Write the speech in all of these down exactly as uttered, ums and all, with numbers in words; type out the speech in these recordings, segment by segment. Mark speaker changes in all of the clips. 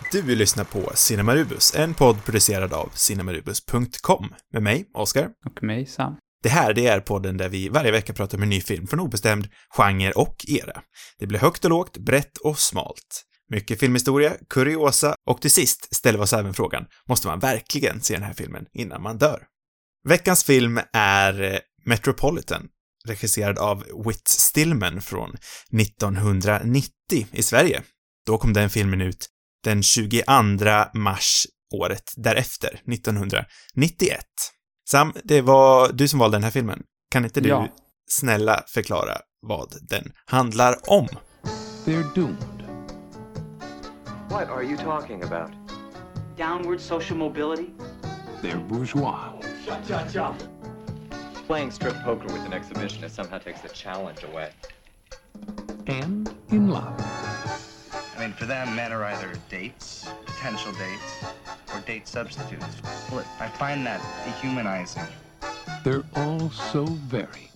Speaker 1: Du lyssnar på Cinemarubus, en podd producerad av cinemarubus punkt com med mig, Oskar.
Speaker 2: Och mig, Sam.
Speaker 1: Det här det är podden där vi varje vecka pratar om en ny film från obestämd genre och era. Det blir högt och lågt, brett och smalt. Mycket filmhistoria, kuriosa och till sist ställer vi oss även frågan, måste man verkligen se den här filmen innan man dör? Veckans film är Metropolitan, regisserad av Whit Stillman från nittonhundranittio i Sverige. Då kom den filmen ut den tjugoandra mars året därefter, nittonhundranittioett. Sam, det var du som valde den här filmen. Kan inte du
Speaker 2: ja.
Speaker 1: snälla förklara vad den handlar om?
Speaker 3: They're doomed.
Speaker 4: What are you talking about?
Speaker 5: Downward social mobility?
Speaker 3: They're bourgeois.
Speaker 4: Shut, shut, shut. Playing strip poker with an exhibitionist somehow takes the challenge away.
Speaker 3: And in love.
Speaker 6: I mean, for them, men are either dates, potential dates, or date substitutes. Well, I find that dehumanizing.
Speaker 3: They're all so very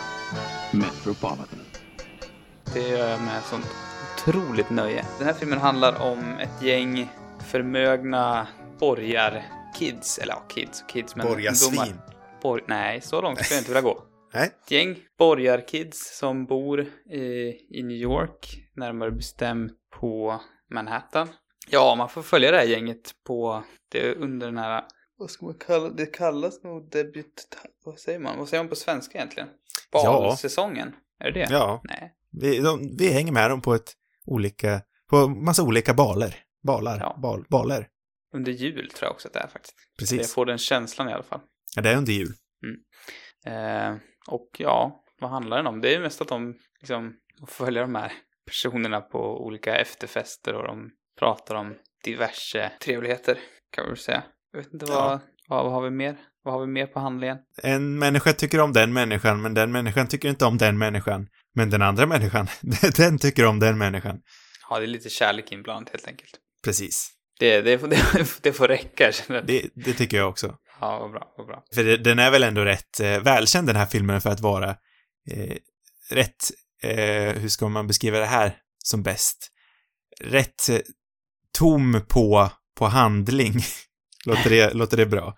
Speaker 3: metropolitan.
Speaker 2: Det gör jag med sånt otroligt nöje. Den här filmen handlar om ett gäng förmögna borgarkids. Eller ja, kids och kids. Men
Speaker 1: Borgarsvin.
Speaker 2: Bor- Nej, så långt ska jag inte vilja gå.
Speaker 1: Nej.
Speaker 2: Ett gäng borgarkids som bor i, i New York. Närmare bestämt på Manhattan. Ja, man får följa det här gänget på det under den här, vad ska man kalla det? Kallas nog debut, vad säger man? Vad säger man på svenska egentligen? Balsäsongen, ja. Är det det?
Speaker 1: Ja.
Speaker 2: Nej.
Speaker 1: Vi, de, vi hänger med dem på ett olika, på massa olika baler. Balar,
Speaker 2: ja.
Speaker 1: bal, baler.
Speaker 2: Under jul tror jag också att det är faktiskt.
Speaker 1: Precis.
Speaker 2: Jag får den känslan i alla fall.
Speaker 1: Ja, det är under jul.
Speaker 2: Mm. Eh, och ja, vad handlar den om? Det är ju mest att de liksom följer de här personerna på olika efterfester och de pratar om diverse trevligheter, kan man väl säga. Jag vet inte vad, ja. vad, vad har vi mer? Vad har vi mer på handlingen?
Speaker 1: En människa tycker om den människan, men den människan tycker inte om den människan. Men den andra människan, den tycker om den människan.
Speaker 2: Ja, det är lite kärlek inbland helt enkelt.
Speaker 1: Precis.
Speaker 2: Det, det, det, det får räcka.
Speaker 1: Det, det tycker jag också.
Speaker 2: Ja, vad bra, vad bra.
Speaker 1: För det, den är väl ändå rätt eh, välkänd den här filmen för att vara eh, rätt, eh, hur ska man beskriva det här som bäst? Rätt eh, tom på, på handling. låter, det, låter det bra?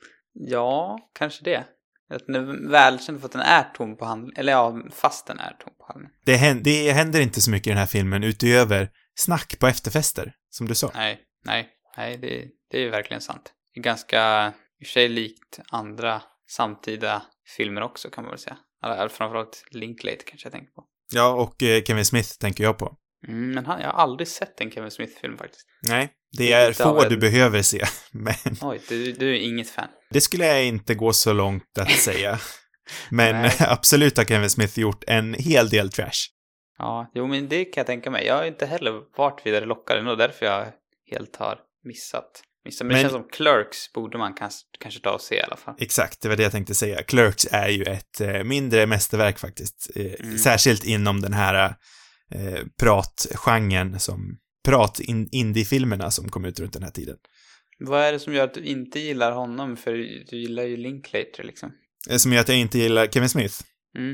Speaker 2: Ja, kanske det. Att den är välkänd för att den är tom på handling. Eller ja, fast den är tom på handling. Det
Speaker 1: händer, det händer inte så mycket i den här filmen utöver snack på efterfester, som du sa.
Speaker 2: Nej, nej, nej, det, det är ju verkligen sant. Det är ganska i och för sig likt andra samtida filmer också, kan man väl säga. Eller framförallt Linklater kanske jag tänker på.
Speaker 1: Ja, och eh, Kevin Smith tänker jag på.
Speaker 2: Mm, men han, jag har aldrig sett en Kevin Smith-film faktiskt.
Speaker 1: Nej, det är få du behöver se. Men...
Speaker 2: Oj, du, du är inget fan.
Speaker 1: Det skulle jag inte gå så långt att säga. Men absolut har Kevin Smith gjort en hel del trash.
Speaker 2: Ja, jo men det kan jag tänka mig. Jag har inte heller varit vidare lockad, och därför jag helt har missat. missat. Men, men det känns som Clerks borde man kanske, kanske ta och se i alla fall.
Speaker 1: Exakt, det var det jag tänkte säga. Clerks är ju ett eh, mindre mästerverk faktiskt. Eh, mm. Särskilt inom den här eh, pratgenren som prat-indie-filmerna som kom ut runt den här tiden.
Speaker 2: Vad är det som gör att du inte gillar honom? För du gillar ju Linklater liksom.
Speaker 1: Som gör att jag inte gillar Kevin Smith?
Speaker 2: Mm.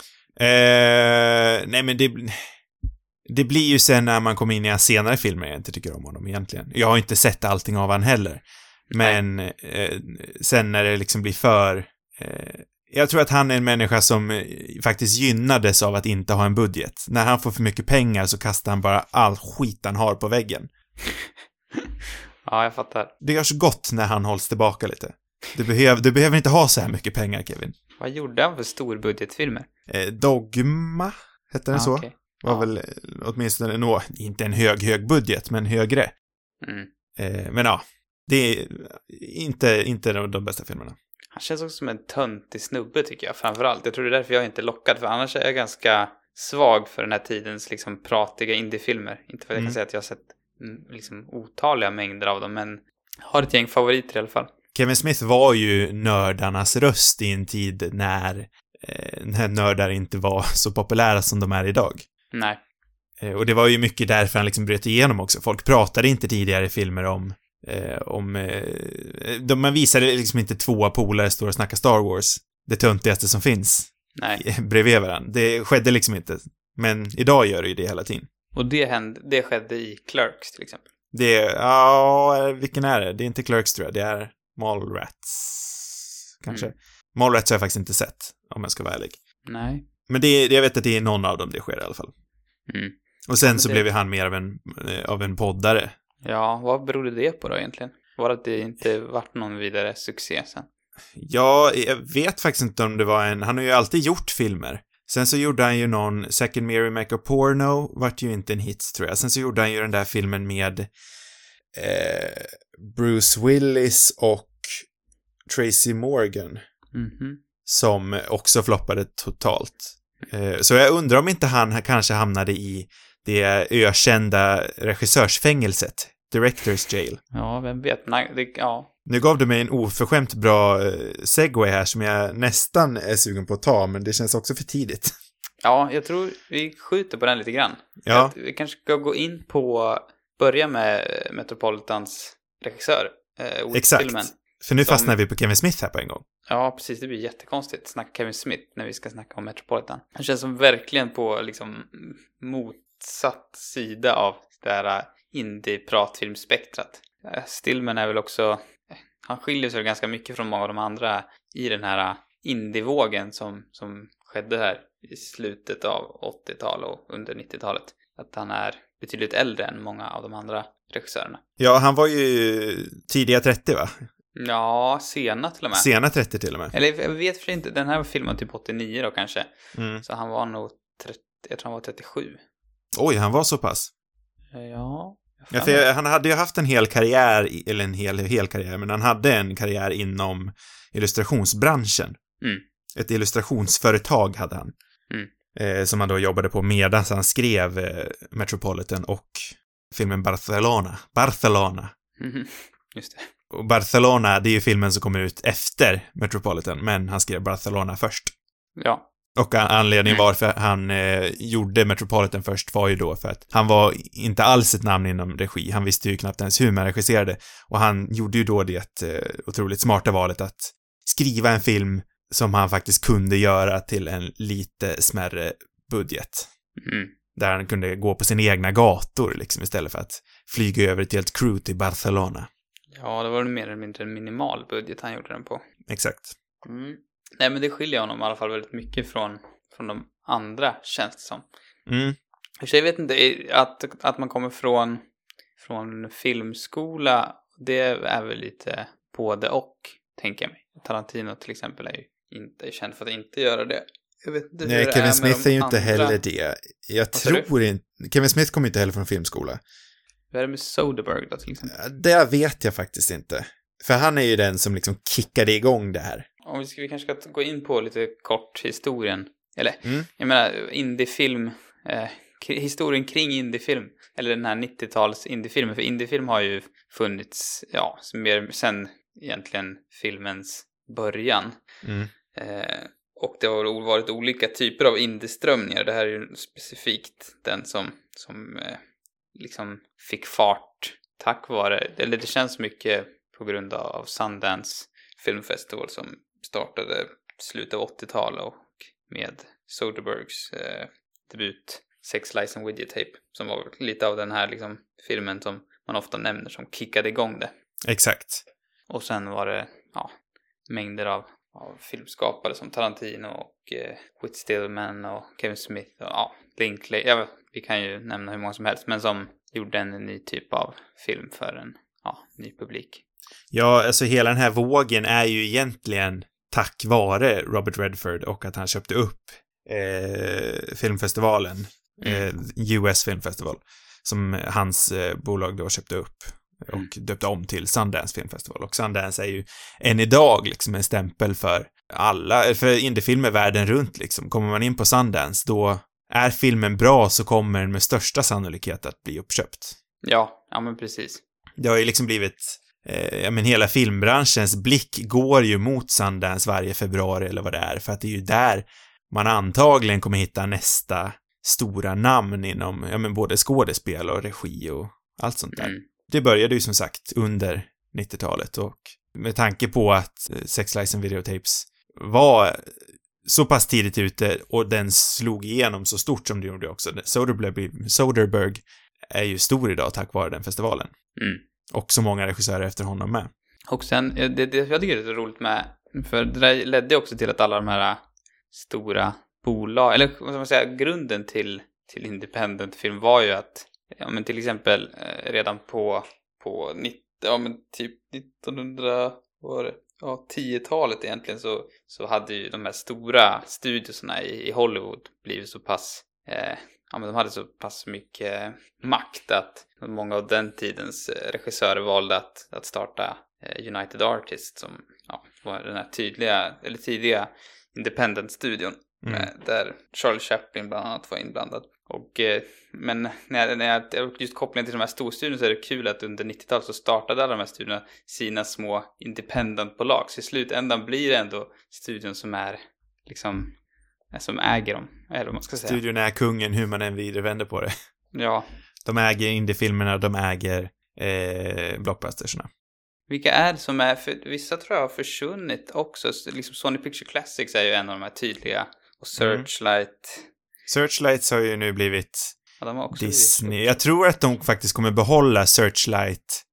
Speaker 1: Eh, nej men det, det blir ju sen när man kommer in i en senare filmer jag inte tycker om honom egentligen. Jag har inte sett allting av han heller. Men eh, sen när det liksom blir för... Eh, jag tror att han är en människa som eh, faktiskt gynnades av att inte ha en budget. När han får för mycket pengar så kastar han bara all skit han har på väggen.
Speaker 2: Ja, jag fattar.
Speaker 1: Det görs gott när han hålls tillbaka lite. Du, behöv, du behöver inte ha så här mycket pengar, Kevin.
Speaker 2: Vad gjorde han för storbudgetfilmer?
Speaker 1: Eh, Dogma, hette den ah, så? Okay. Var ja. väl åtminstone, nå, inte en hög, hög budget, men högre.
Speaker 2: Mm.
Speaker 1: Eh, men ja, det är inte, inte de, de bästa filmerna.
Speaker 2: Han känns också som en töntig snubbe tycker jag, framförallt. Jag tror det är därför jag inte är lockad, för annars är jag ganska svag för den här tidens liksom pratiga indiefilmer. Inte för att jag kan mm. säga att jag har sett liksom otaliga mängder av dem, men har ett gäng favoriter i alla fall.
Speaker 1: Kevin Smith var ju nördarnas röst i en tid när, eh, när nördar inte var så populära som de är idag.
Speaker 2: Nej.
Speaker 1: Eh, och det var ju mycket därför han liksom bröt igenom också. Folk pratade inte tidigare i filmer om... Eh, om eh, de, man visade liksom inte två polare står och snackar Star Wars. Det töntigaste som finns.
Speaker 2: Nej.
Speaker 1: Bredvid varandra. Det skedde liksom inte. Men idag gör det ju det hela tiden.
Speaker 2: Och det hände, det skedde i Clerks till exempel.
Speaker 1: Det är, ja, vilken är det? Det är inte Clerks tror jag, det är Mallrats. Kanske. Mm. Mallrats har jag faktiskt inte sett, om jag ska vara ärlig.
Speaker 2: Nej.
Speaker 1: Men det, jag vet att det är någon av dem det sker i alla fall.
Speaker 2: Mm.
Speaker 1: Och sen
Speaker 2: ja,
Speaker 1: så
Speaker 2: det...
Speaker 1: blev ju han mer av en, av en poddare.
Speaker 2: Ja, vad berodde det på då egentligen? Var det att det inte varit någon vidare succé sen?
Speaker 1: Ja, jag vet faktiskt inte om det var en... Han har ju alltid gjort filmer. Sen så gjorde han ju någon... Second Mary Make a Porno vart ju inte en hit, tror jag. Sen så gjorde han ju den där filmen med eh, Bruce Willis och Tracy Morgan.
Speaker 2: Mm-hmm.
Speaker 1: Som också floppade totalt. Eh, så jag undrar om inte han kanske hamnade i det ökända regissörsfängelset. Director's Jail.
Speaker 2: Ja, vem vet. Nej, det, ja.
Speaker 1: Nu gav du mig en oförskämt bra eh, segway här som jag nästan är sugen på att ta, men det känns också för tidigt.
Speaker 2: Ja, jag tror vi skjuter på den lite grann.
Speaker 1: Ja.
Speaker 2: Att vi kanske ska gå in på, börja med Metropolitans regissör. Eh,
Speaker 1: Exakt,
Speaker 2: filmen,
Speaker 1: för nu
Speaker 2: som...
Speaker 1: fastnar vi på Kevin Smith här på en gång.
Speaker 2: Ja, precis. Det blir jättekonstigt att snacka Kevin Smith när vi ska snacka om Metropolitan. Han känns som verkligen på liksom motsatt sida av det här indie-pratfilmspektrat. Stillman är väl också... Han skiljer sig ganska mycket från många av de andra i den här indie-vågen som, som skedde här i slutet av åttiotalet och under nittiotalet. Att han är betydligt äldre än många av de andra regissörerna.
Speaker 1: Ja, han var ju tidiga trettio, va?
Speaker 2: Ja, sena till och med.
Speaker 1: Sena trettio till och med.
Speaker 2: Eller jag vet för inte, den här var filmad typ åttionio då kanske.
Speaker 1: Mm.
Speaker 2: Så han var nog trettio, jag tror han var trettiosju.
Speaker 1: Oj, han var så pass.
Speaker 2: Ja.
Speaker 1: Ja, för jag, han hade ju haft en hel karriär, eller en hel, hel karriär, men han hade en karriär inom illustrationsbranschen.
Speaker 2: Mm.
Speaker 1: Ett illustrationsföretag hade han.
Speaker 2: Mm.
Speaker 1: Eh, som han då jobbade på medan han skrev eh, Metropolitan och filmen Barcelona. Barcelona.
Speaker 2: Mm. Just det.
Speaker 1: Och Barcelona, det är ju filmen som kommer ut efter Metropolitan, men han skrev Barcelona först.
Speaker 2: Ja.
Speaker 1: Och anledningen varför han eh, gjorde Metropolitan först var ju då för att han var inte alls ett namn inom regi. Han visste ju knappt ens hur man regisserade. Och han gjorde ju då det eh, otroligt smarta valet att skriva en film som han faktiskt kunde göra till en lite smärre budget.
Speaker 2: Mm.
Speaker 1: Där han kunde gå på sina egna gator liksom, istället för att flyga över ett helt crew till Barcelona.
Speaker 2: Ja, det var mer eller mindre en minimal budget han gjorde den på.
Speaker 1: Exakt.
Speaker 2: Mm. Nej, men det skiljer honom i alla fall väldigt mycket från, från de andra, känns det som.
Speaker 1: Mm.
Speaker 2: Jag vet inte, att, att man kommer från, från filmskola, det är väl lite både och, tänker jag mig. Tarantino till exempel är ju inte känd för att inte göra det. Jag vet inte.
Speaker 1: Nej, Kevin
Speaker 2: är
Speaker 1: Smith är ju inte
Speaker 2: andra...
Speaker 1: heller det. Jag
Speaker 2: Vad
Speaker 1: tror inte... Kevin Smith kommer inte heller från filmskola.
Speaker 2: Vad är det med Soderbergh då till exempel?
Speaker 1: Det vet jag faktiskt inte. För han är ju den som liksom kickade igång det här.
Speaker 2: Om vi, ska, vi kanske ska gå in på lite kort historien. Eller,
Speaker 1: Mm.
Speaker 2: jag menar, indiefilm. Eh, k- historien kring indiefilm. Eller den här nittio-tals indiefilmen. För indiefilm har ju funnits, ja, mer sen egentligen filmens början.
Speaker 1: Mm.
Speaker 2: Eh, och det har varit olika typer av indieströmningar. Det här är ju specifikt den som, som eh, liksom fick fart tack vare, eller det känns mycket på grund av Sundance Film Festival som startade slutet av åttiotalet och med Soderberghs eh, debut Sex, Lies and Videotape som var lite av den här liksom, filmen som man ofta nämner som kickade igång det.
Speaker 1: Exakt.
Speaker 2: Och sen var det ja, mängder av, av filmskapare som Tarantino och eh, Whit Stillman och Kevin Smith och ja, Linkley. Ja, vi kan ju nämna hur många som helst, men som gjorde en ny typ av film för en ja, ny publik. Ja,
Speaker 1: alltså hela den här vågen är ju egentligen tack vare Robert Redford och att han köpte upp eh, filmfestivalen, eh, U S Filmfestival, som hans eh, bolag då köpte upp och mm. döpte om till Sundance Filmfestival. Och Sundance är ju än idag liksom en stämpel för alla, för indiefilmer världen runt liksom. Kommer man in på Sundance, då är filmen bra så kommer den med största sannolikhet att bli uppköpt.
Speaker 2: Ja, ja men precis.
Speaker 1: Det har ju liksom blivit eh, ja men hela filmbranschens blick går ju mot Sundance varje februari eller vad det är, för att det är ju där man antagligen kommer hitta nästa stora namn inom ja men både skådespel och regi och allt sånt där. Mm. Det började ju som sagt under nittiotalet och med tanke på att Sex, Lies and Videotapes var så pass tidigt ute och den slog igenom så stort som det gjorde också. Soderbergh, Soderbergh är ju stor idag tack vare den festivalen.
Speaker 2: Mm.
Speaker 1: Och så många regissörer efter honom med.
Speaker 2: Och sen, det, det jag tycker det är roligt med, för det där ledde också till att alla de här stora bolag, eller vad ska man säga, grunden till, till independent film var ju att, ja men till exempel redan på, på nittio, ja men typ nittonhundra, var det, ja tiotalet egentligen, så, så hade ju de här stora studioserna i, i Hollywood blivit så pass, eh, ja men de hade så pass mycket makt att många av den tidens regissörer valde att, att starta United Artists, som ja, var den här tydliga, eller tidiga independent-studion, mm. där Charlie Chaplin bland annat var inblandad. Och, men när jag, när jag just kopplingen till de här storstudion, så är det kul att under nittiotalet så startade alla de här studierna sina små independent-bolag. Så i slutändan blir det ändå studion som är liksom, som äger dem, eller vad man ska säga.
Speaker 1: Studion är kungen, hur man än vidare på det.
Speaker 2: Ja.
Speaker 1: De äger indiefilmerna, de äger eh, blockbusterserna.
Speaker 2: Vilka är det som är, för vissa tror jag har försvunnit också. Liksom Sony Picture Classics är ju en av de här tydliga. Och Searchlight. Mm.
Speaker 1: Searchlights har ju nu blivit
Speaker 2: ja, de har också
Speaker 1: Disney.
Speaker 2: blivit.
Speaker 1: Jag tror att de faktiskt kommer behålla Searchlight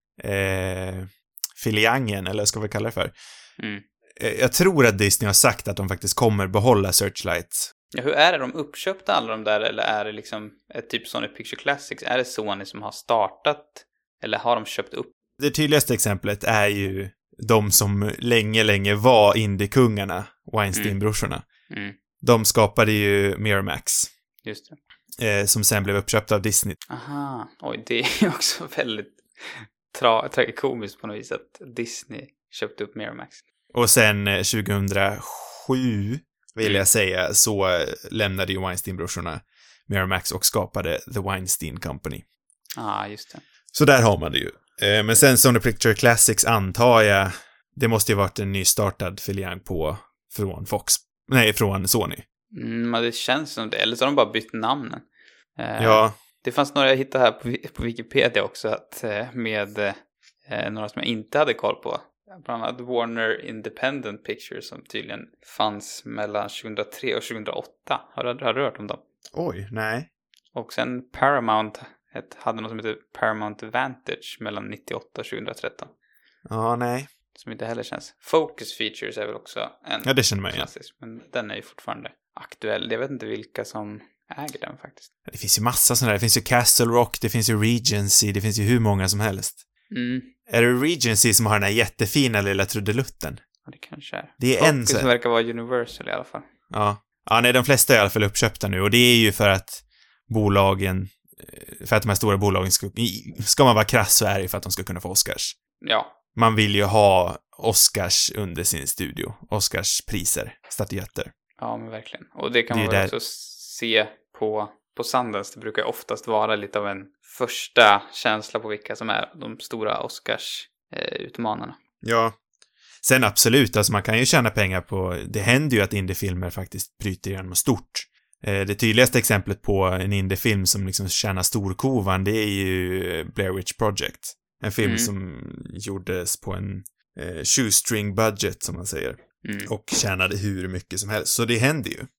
Speaker 1: eh, filiangen, eller ska vi kalla det för.
Speaker 2: Mm.
Speaker 1: Jag tror att Disney har sagt att de faktiskt kommer behålla Searchlight.
Speaker 2: Ja, hur är det? De uppköpte alla de där, eller är det liksom ett typ Sony Picture Classics? Är det Sony som har startat, eller har de köpt upp?
Speaker 1: Det tydligaste exemplet är ju de som länge, länge var indie-kungarna, Weinstein-brorsorna.
Speaker 2: Mm. Mm.
Speaker 1: De skapade ju Miramax.
Speaker 2: Just
Speaker 1: det. Eh, som sen blev uppköpt av Disney.
Speaker 2: Aha, oj, det är också väldigt tra- tragikomiskt på något vis att Disney köpte upp Miramax.
Speaker 1: Och sen eh, tjugohundrasju vill jag säga, så lämnade ju Weinstein-brorsorna Miramax och skapade The Weinstein Company.
Speaker 2: Ja, ah, just det.
Speaker 1: Så där har man det ju. Eh, men sen Sony Picture Classics antar jag, det måste ju varit en nystartad filiang på från Fox. Nej, från Sony.
Speaker 2: Mm, men det känns som det. Eller så har de bara bytt namnen. Eh,
Speaker 1: ja.
Speaker 2: Det fanns några jag hittade här på, på Wikipedia också, att, eh, med eh, några som jag inte hade koll på. Bland annat Warner Independent Pictures, som tydligen fanns mellan tjugohundratre och tjugohundraåtta. Har du, har du hört om dem?
Speaker 1: Oj, nej.
Speaker 2: Och sen Paramount ett, hade något som heter Paramount Vantage mellan nittioåtta och tjugohundratretton.
Speaker 1: Ja, nej.
Speaker 2: Som inte heller känns. Focus Features är väl också en
Speaker 1: ja, det känner man igen.
Speaker 2: klassisk, men den är ju fortfarande aktuell. Jag vet inte vilka som äger den faktiskt.
Speaker 1: Det finns ju massa sådana där. Det finns ju Castle Rock, det finns ju Regency, det finns ju hur många som helst.
Speaker 2: Mm.
Speaker 1: Är det Regency som har den här jättefina lilla trudelutten?
Speaker 2: Ja, det kanske är.
Speaker 1: Det är
Speaker 2: Focus
Speaker 1: en
Speaker 2: som verkar vara Universal i alla fall.
Speaker 1: Ja. Ja, nej, de flesta är i alla fall uppköpta nu, och det är ju för att bolagen, för att de här stora bolagen ska, ska man vara krass, så är det för att de ska kunna få Oscars.
Speaker 2: Ja.
Speaker 1: Man vill ju ha Oscars under sin studio. Oscars priser, statyetter.
Speaker 2: Ja, men verkligen. Och det kan
Speaker 1: det
Speaker 2: man väl
Speaker 1: där...
Speaker 2: också se på, på Sundance. Det brukar oftast vara lite av en första känsla på vilka som är de stora Oscars-utmanarna.
Speaker 1: Eh, ja. Sen absolut, alltså man kan ju tjäna pengar på, det händer ju att indiefilmer faktiskt bryter igenom stort. Eh, det tydligaste exemplet på en indiefilm som liksom tjänar storkovan, det är ju Blair Witch Project. En film mm. som gjordes på en eh, shoestring budget, som man säger. Mm. Och tjänade hur mycket som helst. Så det händer ju.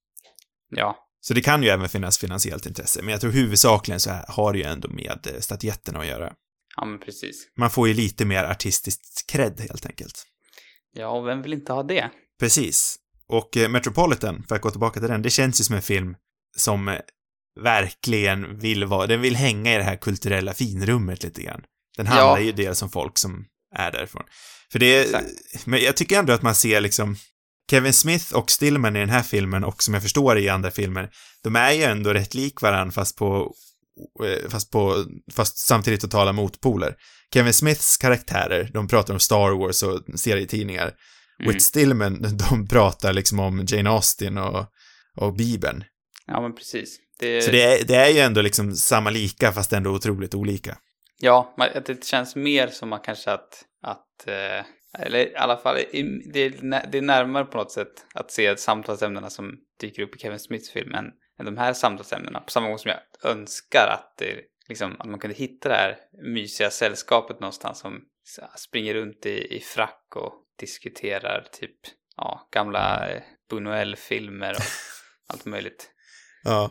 Speaker 2: Ja.
Speaker 1: Så det kan ju även finnas finansiellt intresse. Men jag tror huvudsakligen så här har det ju ändå med statyetterna att göra.
Speaker 2: Ja, men precis.
Speaker 1: Man får ju lite mer artistiskt cred, helt enkelt.
Speaker 2: Ja, och vem vill inte ha det?
Speaker 1: Precis. Och eh, Metropolitan, för att gå tillbaka till den, det känns ju som en film som eh, verkligen vill vara, den vill hänga i det här kulturella finrummet lite grann. Den handlar ja. ju dels om folk som är därifrån. För det är, Exakt. Men jag tycker ändå att man ser liksom Kevin Smith och Stillman i den här filmen, och som jag förstår i andra filmer, de är ju ändå rätt lik varann, fast på fast på fast samtidigt totala motpoler. Kevin Smiths karaktärer, de pratar om Star Wars och serietidningar. Mm. Whit Stillman, de pratar liksom om Jane Austen och, och Bibeln.
Speaker 2: Ja, men precis. Det...
Speaker 1: Så det är, det är ju ändå liksom samma lika, fast ändå otroligt olika.
Speaker 2: Ja, det känns mer som att kanske att, att eller i alla fall, det är, det är närmare på något sätt att se samtalsämnena som dyker upp i Kevin Smiths film än, än de här samtalsämnena. På samma gång som jag önskar att, det, liksom, att man kunde hitta det här mysiga sällskapet någonstans som springer runt i, i frack och diskuterar typ ja, gamla Buñuel-filmer och allt möjligt.
Speaker 1: Ja.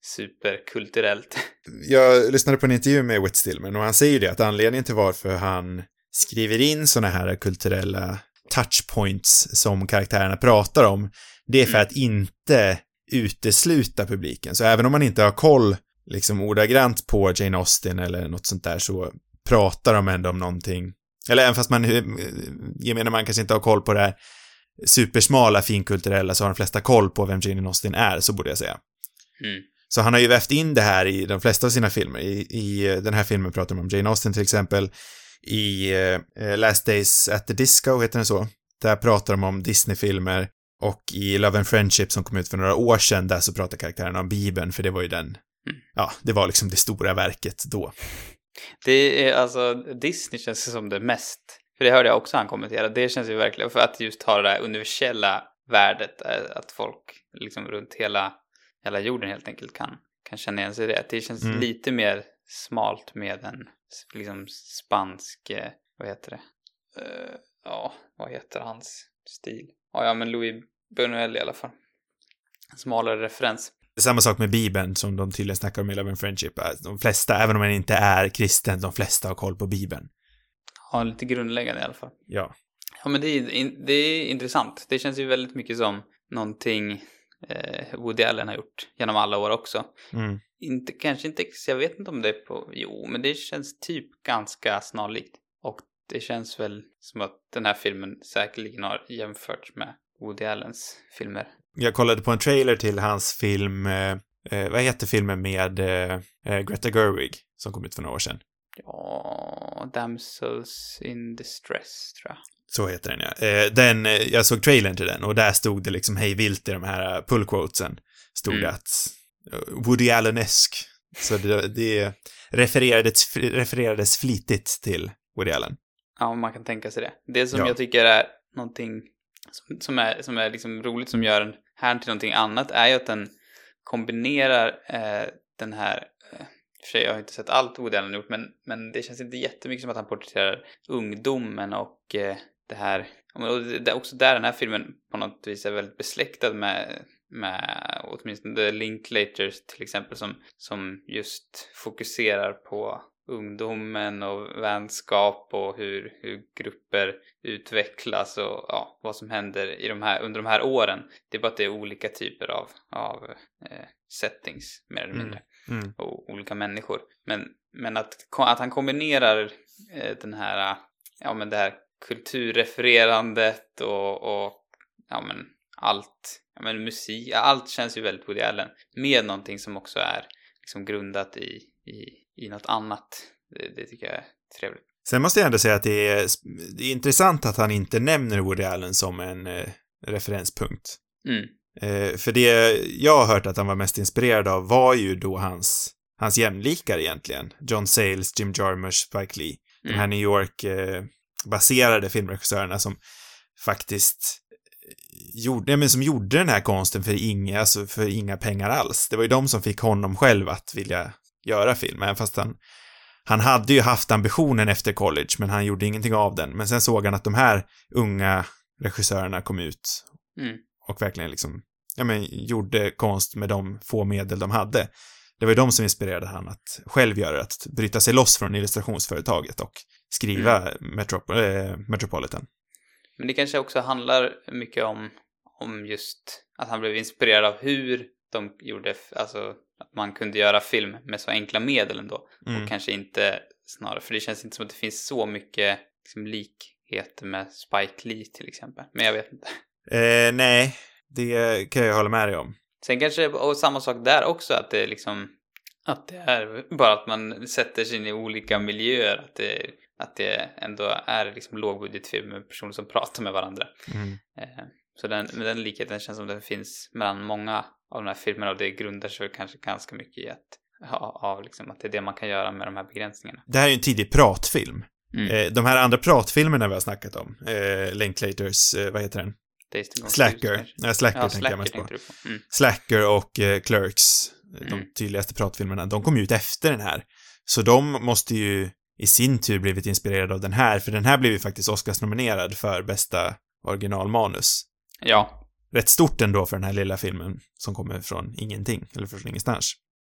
Speaker 2: superkulturellt.
Speaker 1: Jag lyssnade på en intervju med Whit Stillman och han säger det att anledningen till varför han skriver in såna här kulturella touchpoints som karaktärerna pratar om, det är för mm. att inte utesluta publiken. Så även om man inte har koll liksom ordagrant på Jane Austen eller något sånt där, så pratar de ändå om någonting. Eller även fast man, jag menar, man kanske inte har koll på det här supersmala finkulturella, så har de flesta koll på vem Jane Austen är, så borde jag säga.
Speaker 2: Mm.
Speaker 1: Så han har ju vävt in det här i de flesta av sina filmer. I, i den här filmen pratar man om Jane Austen till exempel. I uh, Last Days at the Disco heter den så. Där pratar de om Disney-filmer. Och i Love and Friendship som kom ut för några år sedan, där så pratar karaktärerna om Bibeln, för det var ju den, mm. ja, det var liksom det stora verket då.
Speaker 2: Det är alltså, Disney känns som det mest, för det hörde jag också han kommentera, det känns ju verkligen, för att just ha det där universella värdet, att folk liksom runt hela, hela jorden helt enkelt kan, kan känna igen sig i det. Det känns mm. lite mer smalt med en liksom spansk, vad heter det? Uh, ja, vad heter hans stil? Ja, ja, men Louis Buñuel i alla fall. Smalare referens.
Speaker 1: Samma sak med Bibeln som de tydligen snackar om i Love and Friendship. De flesta, även om man inte är kristen, de flesta har koll på Bibeln.
Speaker 2: Ja, lite grundläggande i alla fall.
Speaker 1: Ja.
Speaker 2: Ja, men det är, det är intressant. Det känns ju väldigt mycket som någonting eh, Woody Allen har gjort genom alla år också.
Speaker 1: Mm.
Speaker 2: Inte, kanske inte, jag vet inte om det är på, jo, men det känns typ ganska snarlikt. Och det känns väl som att den här filmen säkerligen har jämförts med Woody Allens filmer.
Speaker 1: Jag kollade på en trailer till hans film, eh, vad heter filmen med eh, Greta Gerwig som kom ut för några år sedan?
Speaker 2: Ja, Damsels in Distress, tror jag.
Speaker 1: Så heter den, ja. Eh, den, jag såg trailern till den och där stod det liksom hej vilt i de här pull-quotesen. Stod mm. det att Woody Allen-esk. Så det, det refererades, refererades flitigt till Woody Allen.
Speaker 2: Ja, man kan tänka sig det. Det som
Speaker 1: ja.
Speaker 2: jag tycker är någonting som, som är, som är liksom roligt, som gör den här till någonting annat, är ju att den kombinerar eh, den här, eh, för sig, jag har inte sett allt Woody Allen gjort, men, men det känns inte jättemycket som att han porträtterar ungdomen och eh, det här, och det är också där den här filmen på något vis är väldigt besläktad med, med åtminstone The Linklaters till exempel, som, som just fokuserar på ungdomen och vänskap och hur, hur grupper utvecklas och ja, vad som händer i de här, under de här åren. Det är bara att det är olika typer av, av eh, settings mer eller mindre.
Speaker 1: Mm. Mm.
Speaker 2: Och olika människor. Men, men att, att han kombinerar eh, den här, ja, men det här kulturrefererandet och, och ja, men allt, ja, men musik, allt känns ju väldigt Woody Allen med någonting som också är liksom grundat i, i i något annat. Det, det tycker jag är trevligt.
Speaker 1: Sen måste jag ändå säga att det är, det är intressant att han inte nämner Woody Allen som en eh, referenspunkt.
Speaker 2: Mm.
Speaker 1: Eh, för det jag har hört att han var mest inspirerad av var ju då hans, hans jämlikar egentligen. John Sayles, Jim Jarmusch, Spike Lee. De här mm. New York-baserade eh, filmregissörerna som faktiskt gjorde, ja, men som gjorde den här konsten för inga, alltså för inga pengar alls. Det var ju de som fick honom själv att vilja göra film, även fast han, han hade ju haft ambitionen efter college, men han gjorde ingenting av den. Men sen såg han att de här unga regissörerna kom ut
Speaker 2: mm.
Speaker 1: och verkligen liksom, ja, men gjorde konst med de få medel de hade. Det var ju de som inspirerade han att själv göra, att bryta sig loss från illustrationsföretaget och skriva mm. Metrop- äh, Metropolitan.
Speaker 2: Men det kanske också handlar mycket om, om just att han blev inspirerad av hur de gjorde, alltså att man kunde göra film med så enkla medel ändå. Mm. Och kanske inte snarare, för det känns inte som att det finns så mycket liksom, likheter med Spike Lee till exempel. Men jag vet inte.
Speaker 1: Eh, nej, det kan jag hålla med dig om.
Speaker 2: Sen kanske, och samma sak där också, att det liksom, att det är bara att man sätter sig in i olika miljöer, att det, att det ändå är liksom lågbudgetfilm med personer som pratar med varandra.
Speaker 1: Mm.
Speaker 2: Eh, så den, med den likheten känns som att det finns mellan många av de här filmerna, och det grundar sig kanske ganska mycket i att, ja, av liksom, att det är det man kan göra med de här begränsningarna.
Speaker 1: Det här är ju en tidig pratfilm.
Speaker 2: Mm.
Speaker 1: Eh, de här andra pratfilmerna vi har snackat om, eh, Linklaters, eh, vad heter den? Slacker. Ja, Slacker
Speaker 2: ja,
Speaker 1: tänker jag mest på.
Speaker 2: på. Mm.
Speaker 1: Slacker och eh, Clerks,
Speaker 2: Mm.
Speaker 1: de tydligaste pratfilmerna, de kom ut efter den här. Så de måste ju i sin tur blivit inspirerade av den här, för den här blev ju faktiskt Oscars-nominerad för bästa originalmanus.
Speaker 2: Ja.
Speaker 1: Rätt stort ändå för den här lilla filmen som kommer från ingenting, eller från ingenstans.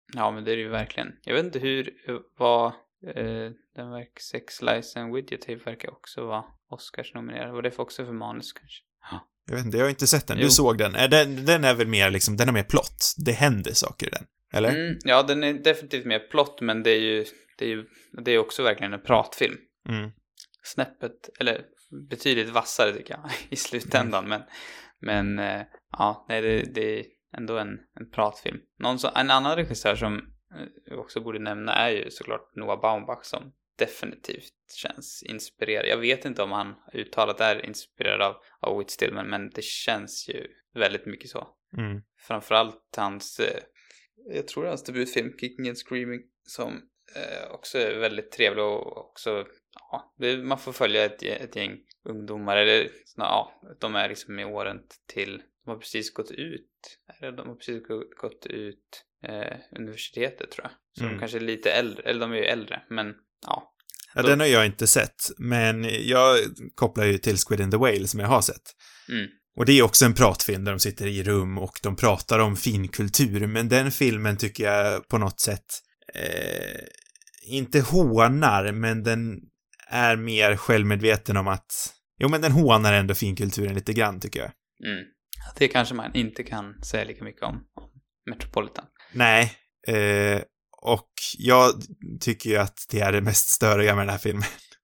Speaker 2: Ja, men det är det ju verkligen. Jag vet inte hur, vad, eh, den verkar, Sex, Lies and Videotape verkar också vara Oscars-nominerad. Vad det för också för manus kanske? Ja.
Speaker 1: Jag vet inte, jag har inte sett den. Du
Speaker 2: Jo.
Speaker 1: såg den. Är den. Den är väl mer liksom, den har mer plott. Det händer saker i den. Eller?
Speaker 2: Mm, ja, den är definitivt mer plott, men det är ju, det är ju, det är också verkligen en pratfilm.
Speaker 1: Mm.
Speaker 2: Snäppet, eller betydligt vassare tycker jag i slutändan, men, men eh, ja, nej, det, det är ändå en, en pratfilm. Någon som, en annan regissör som eh, också borde nämna är ju såklart Noah Baumbach, som definitivt känns inspirerad. Jag vet inte om han uttalat är inspirerad av, av Whit Stillman, men det känns ju väldigt mycket så.
Speaker 1: Mm.
Speaker 2: Framförallt hans, eh, jag tror det är hans debutfilm Kicking and Screaming, som eh, också är väldigt trevlig och också, ja, det, man får följa ett, ett gäng ungdomar, eller ja, de är liksom i åren till, de har precis gått ut, eller de har precis gått ut eh, universitetet tror jag. Så
Speaker 1: Mm.
Speaker 2: de kanske är lite äldre, eller de är ju äldre, men ja.
Speaker 1: Ja,
Speaker 2: Då-
Speaker 1: den har jag inte sett, men jag kopplar ju till Squid and the Whale som jag har sett.
Speaker 2: Mm.
Speaker 1: Och det är också en pratfilm där de sitter i rum och de pratar om finkultur, men den filmen tycker jag på något sätt eh, inte hånar, men den är mer självmedveten om att, jo men den hånar ändå finkulturen lite grann tycker jag.
Speaker 2: Mm. Det kanske man inte kan säga lika mycket om, om Metropolitan.
Speaker 1: Nej, eh, och jag tycker ju att det är det mest störiga med den här filmen.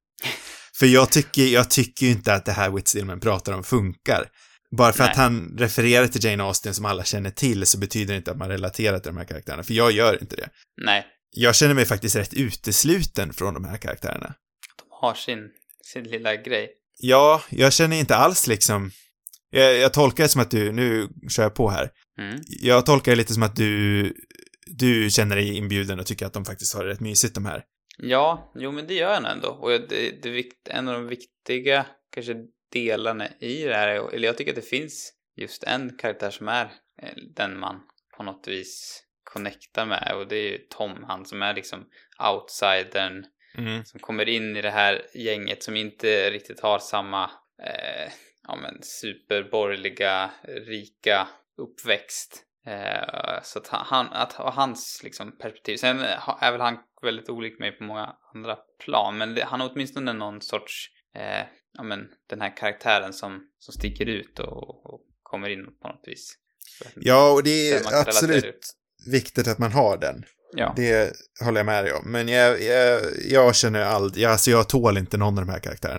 Speaker 1: För jag tycker, jag tycker ju inte att det här Whit Stillman pratar om funkar. Bara för
Speaker 2: Nej.
Speaker 1: att han refererar till Jane Austen som alla känner till så betyder det inte att man relaterar till de här karaktärerna. För jag gör inte det.
Speaker 2: Nej,
Speaker 1: Jag känner mig faktiskt rätt utesluten från de här karaktärerna.
Speaker 2: de har sin, sin lilla grej.
Speaker 1: Ja, jag känner inte alls liksom... Jag, jag tolkar det som att du... Nu kör jag på här.
Speaker 2: Mm.
Speaker 1: Jag tolkar det lite som att du... Du känner dig inbjuden och tycker att de faktiskt har det rätt mysigt, de här.
Speaker 2: Ja, jo men det gör jag nog ändå. Och jag- det, det, vikt- en av de viktiga kanske delarna i det här är, eller jag tycker att det finns just en karaktär som är eh, den man på något vis connectar med, och det är ju Tom, han som är liksom outsidern
Speaker 1: Mm.
Speaker 2: som kommer in i det här gänget som inte riktigt har samma eh, ja men superborgerliga rika uppväxt. Eh, så att han, att ha hans liksom perspektiv. Sen är väl han väldigt olik mig på många andra plan, men det, han har åtminstone någon sorts eh, ja men den här karaktären som, som sticker ut och, och kommer in på något vis.
Speaker 1: Ja, och det
Speaker 2: Där man
Speaker 1: är
Speaker 2: kan relatera
Speaker 1: absolut viktigt att man har den.
Speaker 2: Ja.
Speaker 1: Det håller jag med dig om. Men jag, jag, jag känner aldrig... Jag, alltså jag tål inte någon av de här karaktärerna.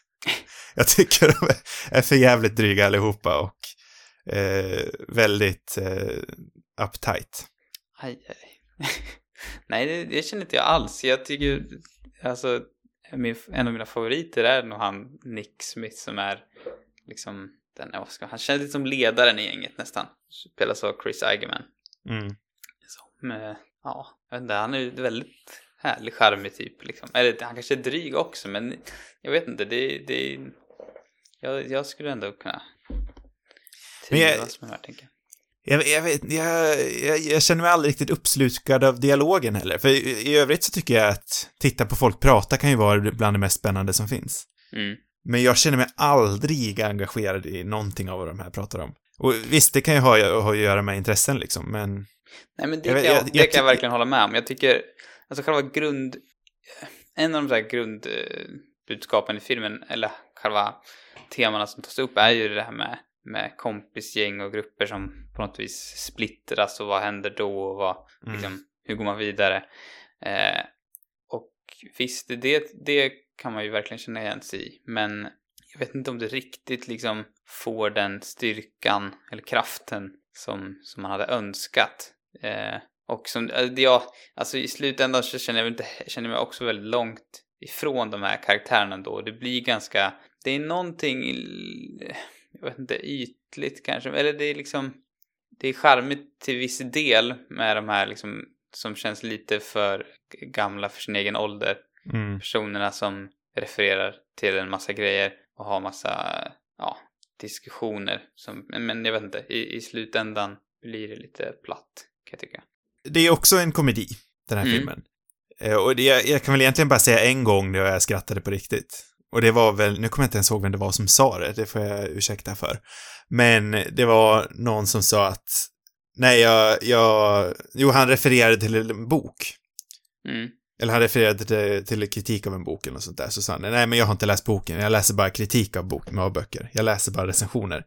Speaker 1: Jag tycker de är, är för jävligt dryga allihopa och eh, väldigt eh, uptight.
Speaker 2: Aj, aj. Nej, det, det känner inte jag alls. Jag tycker, alltså, min, en av mina favoriter är nog han Nick Smith som är liksom, den, vad ska, han känns lite som ledaren i gänget nästan. Spelas av Chris Eigerman.
Speaker 1: Mm.
Speaker 2: Som, eh, ja, jag vet inte, han är ju väldigt härlig, charmig typ liksom. Eller han kanske är dryg också, men jag vet inte, det, det jag, jag skulle ändå kunna
Speaker 1: Men jag-
Speaker 2: trivas med det här, tänker jag.
Speaker 1: Jag, jag, vet, jag, jag, jag känner mig aldrig riktigt uppslukad av dialogen heller. För i, i övrigt så tycker jag att titta på folk prata kan ju vara bland det mest spännande som finns.
Speaker 2: Mm.
Speaker 1: Men jag känner mig aldrig engagerad i någonting av vad de här pratar om. Och visst, det kan ju ha, ha att göra med intressen liksom, men...
Speaker 2: Nej, men det,
Speaker 1: Jag
Speaker 2: kan
Speaker 1: vet-
Speaker 2: jag,
Speaker 1: jag-
Speaker 2: det
Speaker 1: jag
Speaker 2: kan jag
Speaker 1: ty-
Speaker 2: verkligen hålla med om. Jag tycker, alltså själva grund... En av de där grundbudskapen i filmen, eller själva temana som tas upp, är ju det här med, med kompisgäng och grupper som på något vis splittras, och vad händer då, och vad,
Speaker 1: Mm.
Speaker 2: liksom, hur går man vidare. Eh, och visst, det, det kan man ju verkligen känna igen sig i, men jag vet inte om det riktigt liksom får den styrkan eller kraften som, som man hade önskat. Eh, och som, eh, det jag, alltså i slutändan så känner jag väl inte, känner jag mig också väldigt långt ifrån de här karaktärerna då. Det blir ganska, det är någonting, jag vet inte, ytligt kanske, eller det är liksom, det är charmigt till viss del med de här liksom, som känns lite för gamla för sin egen ålder.
Speaker 1: Mm.
Speaker 2: Personerna som refererar till en massa grejer och har massa, ja, diskussioner som, men jag vet inte, i, i slutändan blir det lite platt, kan jag tycka.
Speaker 1: Det är också en komedi, den här
Speaker 2: Mm.
Speaker 1: filmen. Eh, och det, jag, jag kan väl egentligen bara säga en gång när jag skrattade på riktigt. Och det var väl, nu kommer jag inte ens ihåg vem det var som sa det, det får jag ursäkta för. Men det var någon som sa att Nej, jag, jag... Jo, han refererade till en bok.
Speaker 2: Mm.
Speaker 1: Eller han refererade till, till kritik av en bok eller något sånt där. Så sa han, nej men jag har inte läst boken. Jag läser bara kritik av bok med böcker. Jag läser bara recensioner.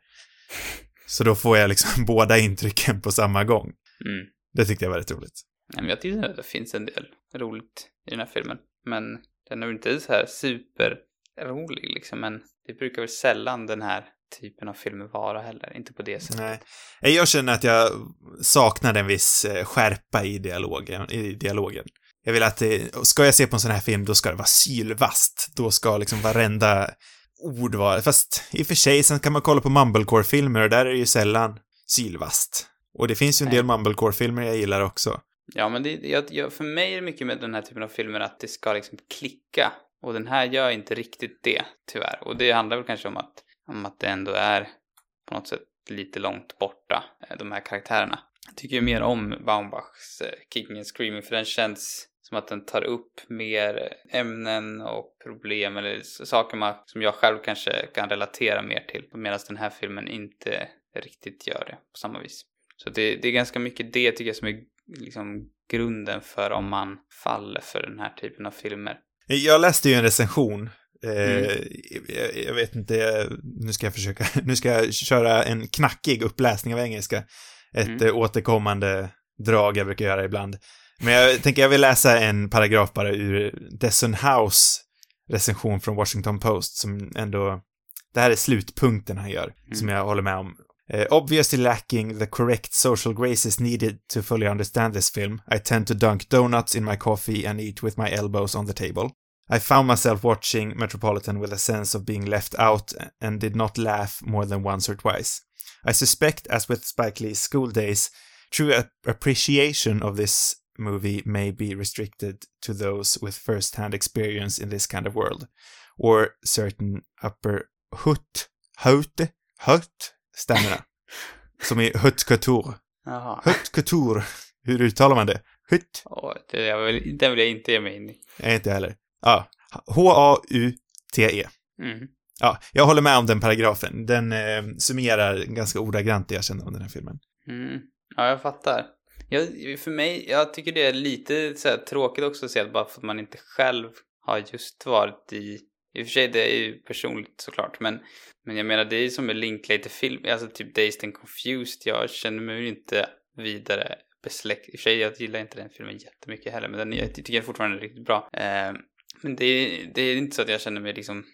Speaker 1: Så då får jag liksom båda intrycken på samma gång.
Speaker 2: Mm.
Speaker 1: Det tyckte jag var rätt roligt.
Speaker 2: Ja, men jag tycker att det finns en del roligt i den här filmen. Men den är ju inte så här superrolig liksom. Men det brukar väl sällan den här typen av filmer vara heller. Inte på det sättet.
Speaker 1: Nej. Jag känner att jag saknar en viss skärpa i dialogen. I dialogen. Jag vill att det, ska jag se på en sån här film, då ska det vara sylvast. Då ska liksom varenda ord vara... Fast i och för sig, sen kan man kolla på Mumblecore-filmer och där är det ju sällan sylvast. Och det finns ju en del Mumblecore-filmer jag gillar också.
Speaker 2: Ja, men det, jag, jag, för mig är det mycket med den här typen av filmer att det ska liksom klicka. Och den här gör inte riktigt det, tyvärr. Och det handlar väl kanske om att, om att det ändå är på något sätt lite långt borta, de här karaktärerna. Jag tycker ju mer om Baumbachs eh, Kicking and Screaming, för den känns som att den tar upp mer ämnen och problem eller saker man, som jag själv kanske kan relatera mer till. Medan den här filmen inte riktigt gör det på samma vis. Så det, det är ganska mycket det tycker jag som är liksom grunden för om man faller för den här typen av filmer.
Speaker 1: Jag läste ju en recension.
Speaker 2: Mm.
Speaker 1: Eh, jag, jag vet inte, nu ska jag försöka, nu ska jag köra en knackig uppläsning av engelska. Ett
Speaker 2: Mm.
Speaker 1: eh, återkommande drag jag brukar göra ibland. Men jag tänker jag vill läsa en paragraf bara ur Desson House recension från Washington Post som ändå, det här är slutpunkten han gör, mm. som jag håller med om. Uh, obviously lacking the correct social graces needed to fully understand this film, I tend to dunk donuts in my coffee and eat with my elbows on the table. I found myself watching Metropolitan with a sense of being left out and did not laugh more than once or twice. I suspect, as with Spike Lee's School Days, true ap- appreciation of this movie may be restricted to those with first-hand experience in this kind of world, or certain upper hut, hut, hut, stämmorna, som i hut couture.
Speaker 2: Jaha.
Speaker 1: Hut couture, hur uttalar man det? Hut?
Speaker 2: Åh, det, jag vill, det vill jag inte ge mig in i.
Speaker 1: Nej, inte heller. Ja, H A U T E.
Speaker 2: Mm.
Speaker 1: Ja, jag håller med om den paragrafen. Den eh, summerar ganska ordagrant det jag känner om den här filmen.
Speaker 2: Mm. Ja, jag fattar. Jag, för mig, jag tycker det är lite så här, tråkigt också att se att bara för att man inte själv har just varit i... I och för sig, det är ju personligt såklart, men, men jag menar, det är ju som en Linklater-film, alltså typ Dazed and Confused. Jag känner mig inte vidare besläkt. I och för sig, jag gillar inte den filmen jättemycket heller, men den, jag tycker den fortfarande är riktigt bra. Eh, men det är, det är inte så att jag känner mig liksom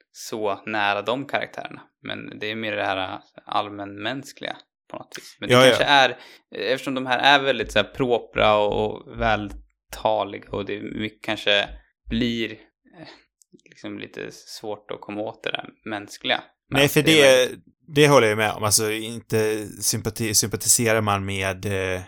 Speaker 2: så nära de karaktärerna. Men det är mer det här allmänmänskliga på något vis. Men det
Speaker 1: ja,
Speaker 2: kanske
Speaker 1: ja.
Speaker 2: är, eftersom de här är väldigt så här propra och, och vältaliga och det mycket kanske blir eh, liksom lite svårt att komma åt det där mänskliga. Men
Speaker 1: Nej, för det,
Speaker 2: det, väldigt...
Speaker 1: det håller jag med om. Alltså, inte sympati, sympatiserar man med eh,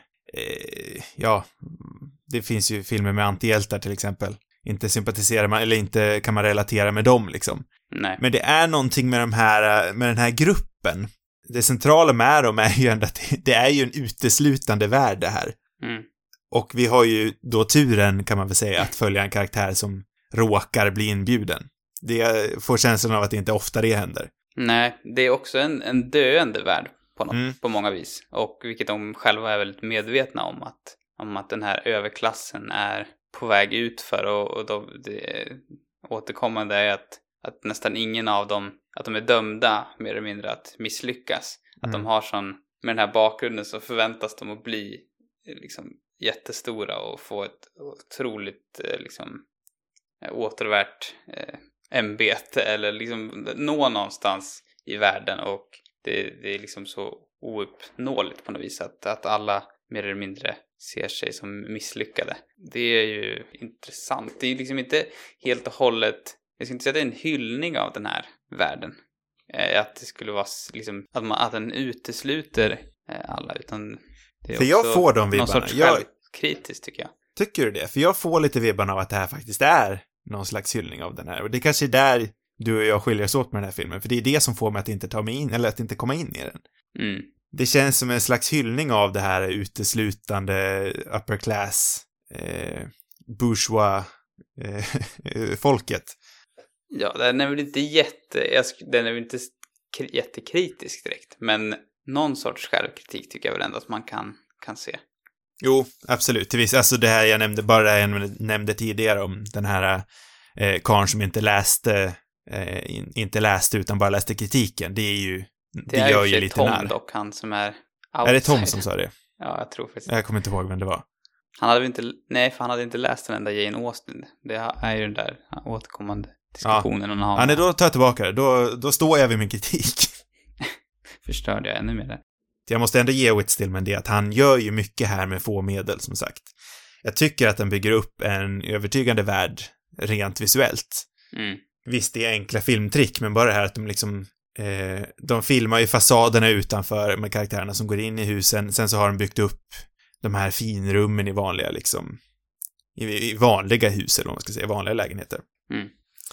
Speaker 1: eh, ja, det finns ju filmer med antihjältar till exempel. Inte sympatiserar man, eller inte kan man relatera med dem liksom.
Speaker 2: Nej.
Speaker 1: Men det är någonting med de här, med den här gruppen. Det centrala med dem är ju ändå att det, det är ju en uteslutande värld det här.
Speaker 2: Mm.
Speaker 1: Och vi har ju då turen, kan man väl säga, att följa en karaktär som råkar bli inbjuden. Det får känslan av att det inte ofta det händer.
Speaker 2: Nej, det är också en, en döende värld på, något,
Speaker 1: Mm.
Speaker 2: på många vis. Och vilket de själva är väldigt medvetna om att, om att den här överklassen är på väg ut för. Och, och de, det återkommande är att, att nästan ingen av dem, att de är dömda mer eller mindre att misslyckas. Att
Speaker 1: Mm.
Speaker 2: de har sån, med den här bakgrunden så förväntas de att bli liksom jättestora och få ett otroligt liksom återvärt eh, ämbete eller liksom nå någonstans i världen, och det, det är liksom så ouppnåeligt på något vis att, att alla mer eller mindre ser sig som misslyckade. Det är ju intressant. Det är liksom inte helt och hållet, jag ska inte säga att det är en hyllning av den här världen. Eh, att det skulle vara liksom, att, man, att den utesluter eh, alla, utan det är
Speaker 1: För jag
Speaker 2: också
Speaker 1: får de
Speaker 2: någon
Speaker 1: vibbarna.
Speaker 2: sorts
Speaker 1: Jag-
Speaker 2: självkritiskt tycker jag.
Speaker 1: Tycker du det? För jag får lite vibbarna av att det här faktiskt är någon slags hyllning av den här. Och det kanske är där du och jag skiljer oss åt med den här filmen. För det är det som får mig att inte ta mig in, eller att inte komma in i den.
Speaker 2: Mm.
Speaker 1: Det känns som en slags hyllning av det här uteslutande upper class eh, bourgeois eh, folket.
Speaker 2: Ja, den är väl inte jätte, jag sk- den är väl inte kri- jättekritisk direkt, men någon sorts självkritik tycker jag väl ändå att man kan, kan se.
Speaker 1: Jo, absolut. Till viss, alltså det här jag nämnde, bara det här jag nämnde tidigare om den här eh, karln som inte läste eh, in, inte läste utan bara läste kritiken. Det är ju, det,
Speaker 2: det är
Speaker 1: gör
Speaker 2: ju
Speaker 1: ju lite
Speaker 2: Tom
Speaker 1: när.
Speaker 2: dock, han som är
Speaker 1: outside. Är det Tom som sa det?
Speaker 2: Ja, jag tror faktiskt.
Speaker 1: Jag kommer inte ihåg vem det var.
Speaker 2: Han hade inte, nej, för han hade inte läst den enda Jane Austen. Det är ju den där återkommande diskussionen. Ja,
Speaker 1: har... ja nej, då tar jag tillbaka det. Då, då står jag vid min kritik.
Speaker 2: Förstörde jag ännu mer det.
Speaker 1: Jag måste ändå ge Whit Stillman det att han gör ju mycket här med få medel, som sagt. Jag tycker att den bygger upp en övertygande värld rent visuellt.
Speaker 2: Mm.
Speaker 1: Visst, det är enkla filmtrick, men bara det här att de liksom eh, de filmar ju fasaderna utanför med karaktärerna som går in i husen. Sen så har de byggt upp de här finrummen i vanliga liksom i, i vanliga hus, eller vad man ska säga, vanliga lägenheter.
Speaker 2: Mm.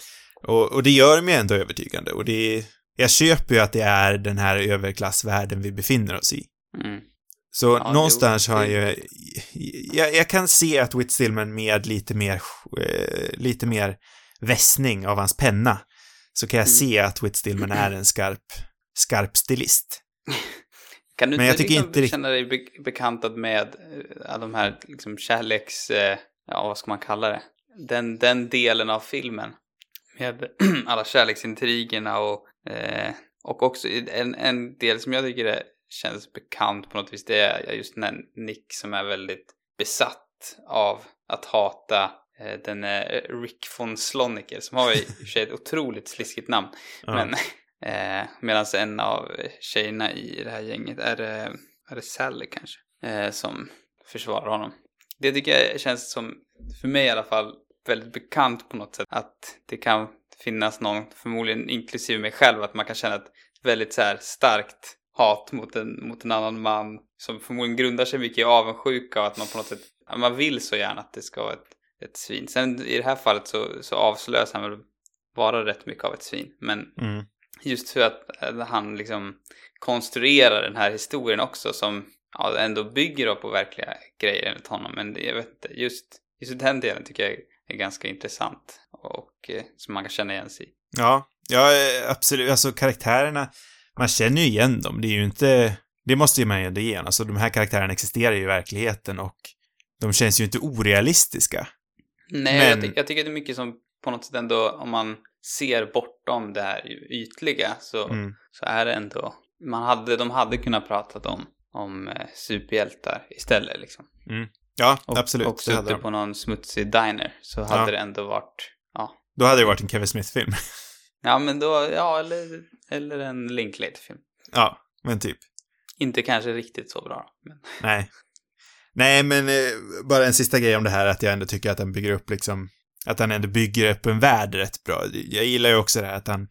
Speaker 1: Och, och det gör mig ändå övertygande. Och det, jag köper ju att det är den här överklassvärlden vi befinner oss i.
Speaker 2: Mm.
Speaker 1: Så
Speaker 2: ja,
Speaker 1: någonstans
Speaker 2: det,
Speaker 1: har jag, jag... Jag kan se att Whit Stillman med lite mer eh, lite mer vässning av hans penna, så kan jag mm. se att Whit Stillman är en skarp skarp stilist.
Speaker 2: Kan du
Speaker 1: Men
Speaker 2: inte
Speaker 1: jag tycker
Speaker 2: liksom
Speaker 1: inte
Speaker 2: känna dig be- bekantad med uh, de här liksom kärleks... Uh, ja, vad ska man kalla det? Den, den delen av filmen. Med alla kärleksintrigerna och, uh, och också en, en del som jag tycker är, känns bekant på något vis. Det är just den här Nick som är väldigt besatt av att hata uh, den uh, Rick von Sloniker, som har i och för sig ett otroligt sliskigt namn. Ja. Men... Eh, medan en av tjejerna i det här gänget är det, är det Sally kanske eh, som försvarar honom. Det tycker jag känns som, för mig i alla fall, väldigt bekant på något sätt, att det kan finnas någon, förmodligen inklusive mig själv, att man kan känna ett väldigt så här starkt hat mot en, mot en annan man som förmodligen grundar sig mycket i avundsjuka, och att man på något sätt, man vill så gärna att det ska vara ett, ett svin. Sen i det här fallet så, så avslöjas han väl vara rätt mycket av ett svin, men
Speaker 1: mm.
Speaker 2: just för att han liksom konstruerar den här historien också, som ja, ändå bygger upp på verkliga grejer enligt honom. Men jag vet inte, just, just den delen tycker jag är ganska intressant och eh, som man kan känna igen sig i.
Speaker 1: Ja, ja, absolut. Alltså karaktärerna, man känner ju igen dem. Det är ju inte, det måste ju man ju ändå igen. Alltså de här karaktärerna existerar ju i verkligheten och de känns ju inte orealistiska.
Speaker 2: Nej,
Speaker 1: Men...
Speaker 2: jag, ty- jag tycker det är mycket som på något sätt ändå, om man ser bortom det här ytliga, så, mm. så är det ändå, man hade, de hade kunnat pratat om, om eh, superhjältar istället liksom.
Speaker 1: Mm. Ja,
Speaker 2: och,
Speaker 1: absolut.
Speaker 2: Och suttit på någon smutsig diner, så hade ja. det ändå varit, ja.
Speaker 1: Då hade det varit en Kevin Smith-film.
Speaker 2: Ja, men då, ja, eller, eller en Linklater-film.
Speaker 1: Ja, men typ.
Speaker 2: Inte kanske riktigt så bra. Men...
Speaker 1: Nej. Nej, men eh, bara en sista grej om det här, att jag ändå tycker att den bygger upp liksom, att han ändå bygger upp en värld rätt bra. Jag gillar ju också det här att han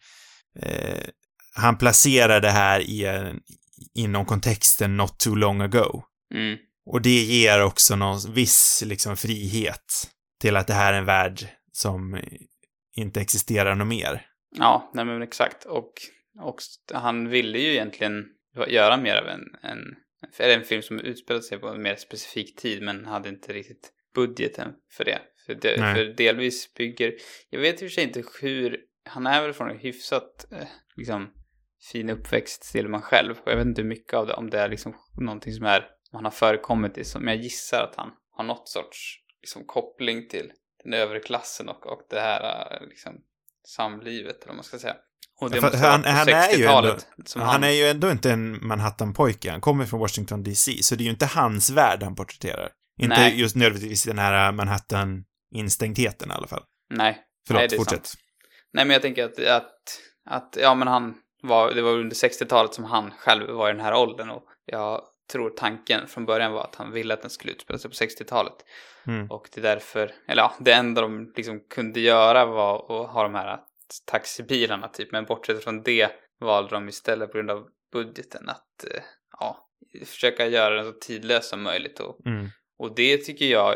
Speaker 1: eh, han placerar det här i en, inom kontexten not too long ago.
Speaker 2: Mm.
Speaker 1: Och det ger också någon viss liksom frihet till att det här är en värld som inte existerar något mer.
Speaker 2: Ja, nej men exakt. Och, och han ville ju egentligen göra mer av en, en, en film som utspelade sig på en mer specifik tid, men hade inte riktigt budgeten för det. För, det, för delvis bygger... Jag vet i och för sig inte hur... Han är väl från en hyfsat eh, liksom, fin uppväxt till man själv. Och jag vet inte hur mycket av det, om det är liksom någonting som är, man har förekommit i. Som jag gissar att han har något sorts liksom, koppling till den övre klassen och, och det här liksom, samlivet, eller vad man ska säga. Och det måste
Speaker 1: han, han, är ju ändå,
Speaker 2: som
Speaker 1: han,
Speaker 2: han
Speaker 1: är ju ändå inte en Manhattan-pojke. Han kommer från Washington D C, så det är ju inte hans värld han porträtterar. Inte Nej. just nödvändigtvis den här Manhattan-instängtheten i alla fall.
Speaker 2: Nej.
Speaker 1: Förlåt,
Speaker 2: Nej,
Speaker 1: fortsätt.
Speaker 2: Sant. Nej, men jag tänker att, att, att ja, men han var, det var under sextiotalet som han själv var i den här åldern, och jag tror tanken från början var att han ville att den skulle utspela sig på sextiotalet.
Speaker 1: Mm.
Speaker 2: Och det är därför, eller ja, det enda de liksom kunde göra var att ha de här taxibilarna typ, men bortsett från det valde de istället på grund av budgeten att ja, försöka göra den så tidlös som möjligt, och,
Speaker 1: mm.
Speaker 2: och det tycker jag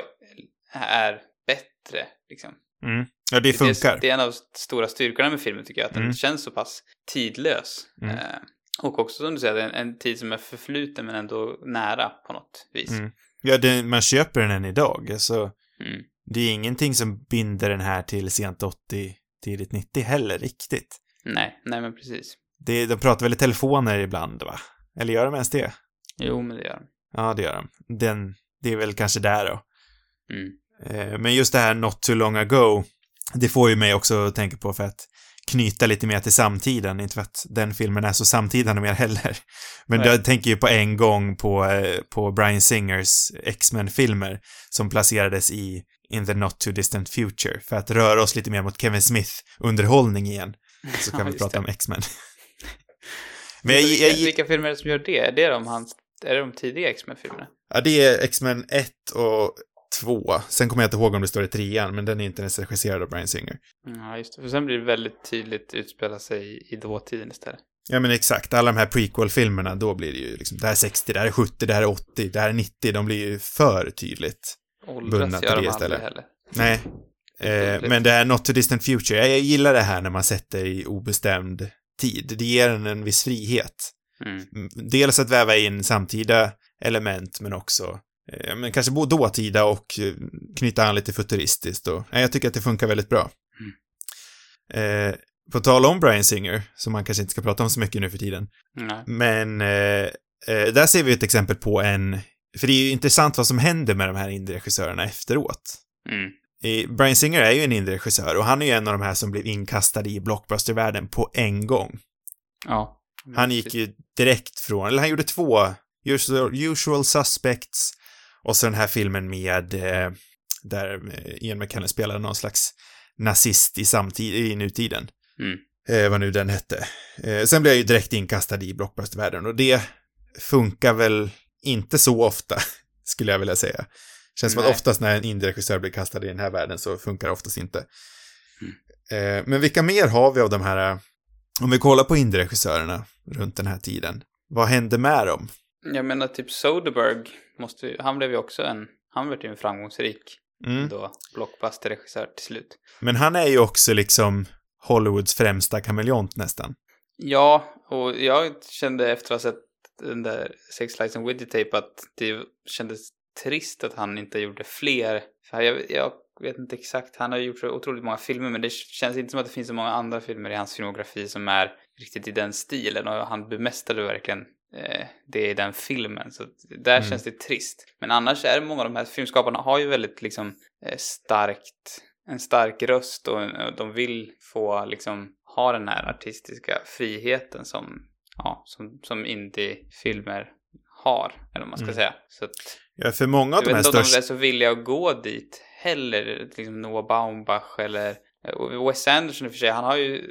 Speaker 2: är bättre liksom.
Speaker 1: Mm. Ja, det funkar.
Speaker 2: Det, det är en av de stora styrkorna med filmen, tycker jag, att mm. den känns så pass tidlös.
Speaker 1: Mm.
Speaker 2: Eh, och också som du säger, en, en tid som är förfluten men ändå nära på något vis.
Speaker 1: Mm. Ja, det, man köper den än idag. Alltså,
Speaker 2: mm.
Speaker 1: det är ingenting som binder den här till sent åttio, tidigt nittio heller riktigt.
Speaker 2: Nej, nej men precis.
Speaker 1: Det, de pratar väl i telefoner ibland, va? Eller gör de ens det?
Speaker 2: Jo, men det gör de.
Speaker 1: Ja, det gör de. Den, det är väl kanske där då.
Speaker 2: Mm.
Speaker 1: Eh, men just det här Not Too Long Ago, det får ju mig också att tänka på för att knyta lite mer till samtiden. Inte för att den filmen är så samtida mer heller. Men
Speaker 2: Nej.
Speaker 1: jag tänker ju på en gång på, eh, på Bryan Singers X-Men-filmer som placerades i In the Not Too Distant Future för att röra oss lite mer mot Kevin Smith-underhållning igen. Så kan
Speaker 2: Ja,
Speaker 1: vi
Speaker 2: just
Speaker 1: prata
Speaker 2: det.
Speaker 1: om X-Men. Men jag,
Speaker 2: vilka,
Speaker 1: jag,
Speaker 2: vilka filmer är det som gör det? Är det de, hans, är det de tidiga X-Men-filmerna?
Speaker 1: ja, det är X-Men ett och två. Sen kommer jag inte ihåg om det står i trean, men den är inte ens regisserad av Bryan Singer.
Speaker 2: Ja, just det. För sen blir det väldigt tydligt utspela sig i, i dåtiden istället.
Speaker 1: Ja, men exakt. Alla de här prequel-filmerna, då blir det ju liksom, det här är sextio, det här är sjuttio, det här är åttio, det här är nittio. De blir ju för tydligt bundna
Speaker 2: Åldras
Speaker 1: till
Speaker 2: gör
Speaker 1: det
Speaker 2: de
Speaker 1: istället.
Speaker 2: aldrig heller.
Speaker 1: Nej. Eh, men det här Not Too Distant Future, jag, jag gillar det här när man sätter i obestämd tid. Det ger en en viss frihet.
Speaker 2: Mm.
Speaker 1: Dels att väva in samtida element, men också eh, men kanske både dåtida och eh, knyta an lite futuristiskt. Och, eh, jag tycker att det funkar väldigt bra. Mm. Eh, på tal om Bryan Singer, som man kanske inte ska prata om så mycket nu för tiden.
Speaker 2: Nej.
Speaker 1: Men eh, eh, där ser vi ett exempel på en, för det är ju intressant vad som händer med de här indie-regissörerna efteråt.
Speaker 2: Mm.
Speaker 1: Eh, Bryan Singer är ju en indie-regissör och han är ju en av de här som blev inkastade i blockbustervärlden på en gång.
Speaker 2: Ja.
Speaker 1: Han gick ju direkt från, eller han gjorde två Usual, usual Suspects och så den här filmen med eh, där Ian McKellen spelade någon slags nazist i samtid, i nutiden.
Speaker 2: Mm.
Speaker 1: Eh, vad nu den hette. Eh, sen blev jag ju direkt inkastad i blockbustervärlden och det funkar väl inte så ofta, skulle jag vilja säga. Känns som
Speaker 2: Nej.
Speaker 1: att oftast när en indie-regissör blir kastad i den här världen så funkar det oftast inte.
Speaker 2: Mm.
Speaker 1: Eh, men vilka mer har vi av de här, om vi kollar på indie-regissörerna runt den här tiden? Vad hände med dem?
Speaker 2: Jag menar typ Soderbergh måste ju, han blev ju också en, han blev ju en framgångsrik
Speaker 1: Mm.
Speaker 2: då blockbuster-regissör till slut.
Speaker 1: Men han är ju också liksom Hollywoods främsta kameleont nästan.
Speaker 2: Ja, och jag kände efter att ha sett den där Sex Lies and Videotape att det kändes trist att han inte gjorde fler. För jag, jag vet inte exakt, han har gjort så otroligt många filmer, men det känns inte som att det finns så många andra filmer i hans filmografi som är riktigt i den stilen, och han bemästrade verkligen eh, det i den filmen, så där
Speaker 1: Mm.
Speaker 2: känns det trist. Men annars är det många av de här filmskaparna har ju väldigt liksom eh, starkt, en stark röst, och, och de vill få liksom ha den här artistiska friheten som, ja, som, som indie-filmer har, eller vad man ska
Speaker 1: Mm.
Speaker 2: säga. Så att,
Speaker 1: Ja, för många av
Speaker 2: jag
Speaker 1: de här
Speaker 2: vet inte om
Speaker 1: största...
Speaker 2: de är så villiga att gå dit heller, liksom Noah Baumbach eller och Wes Anderson i och för sig, han har ju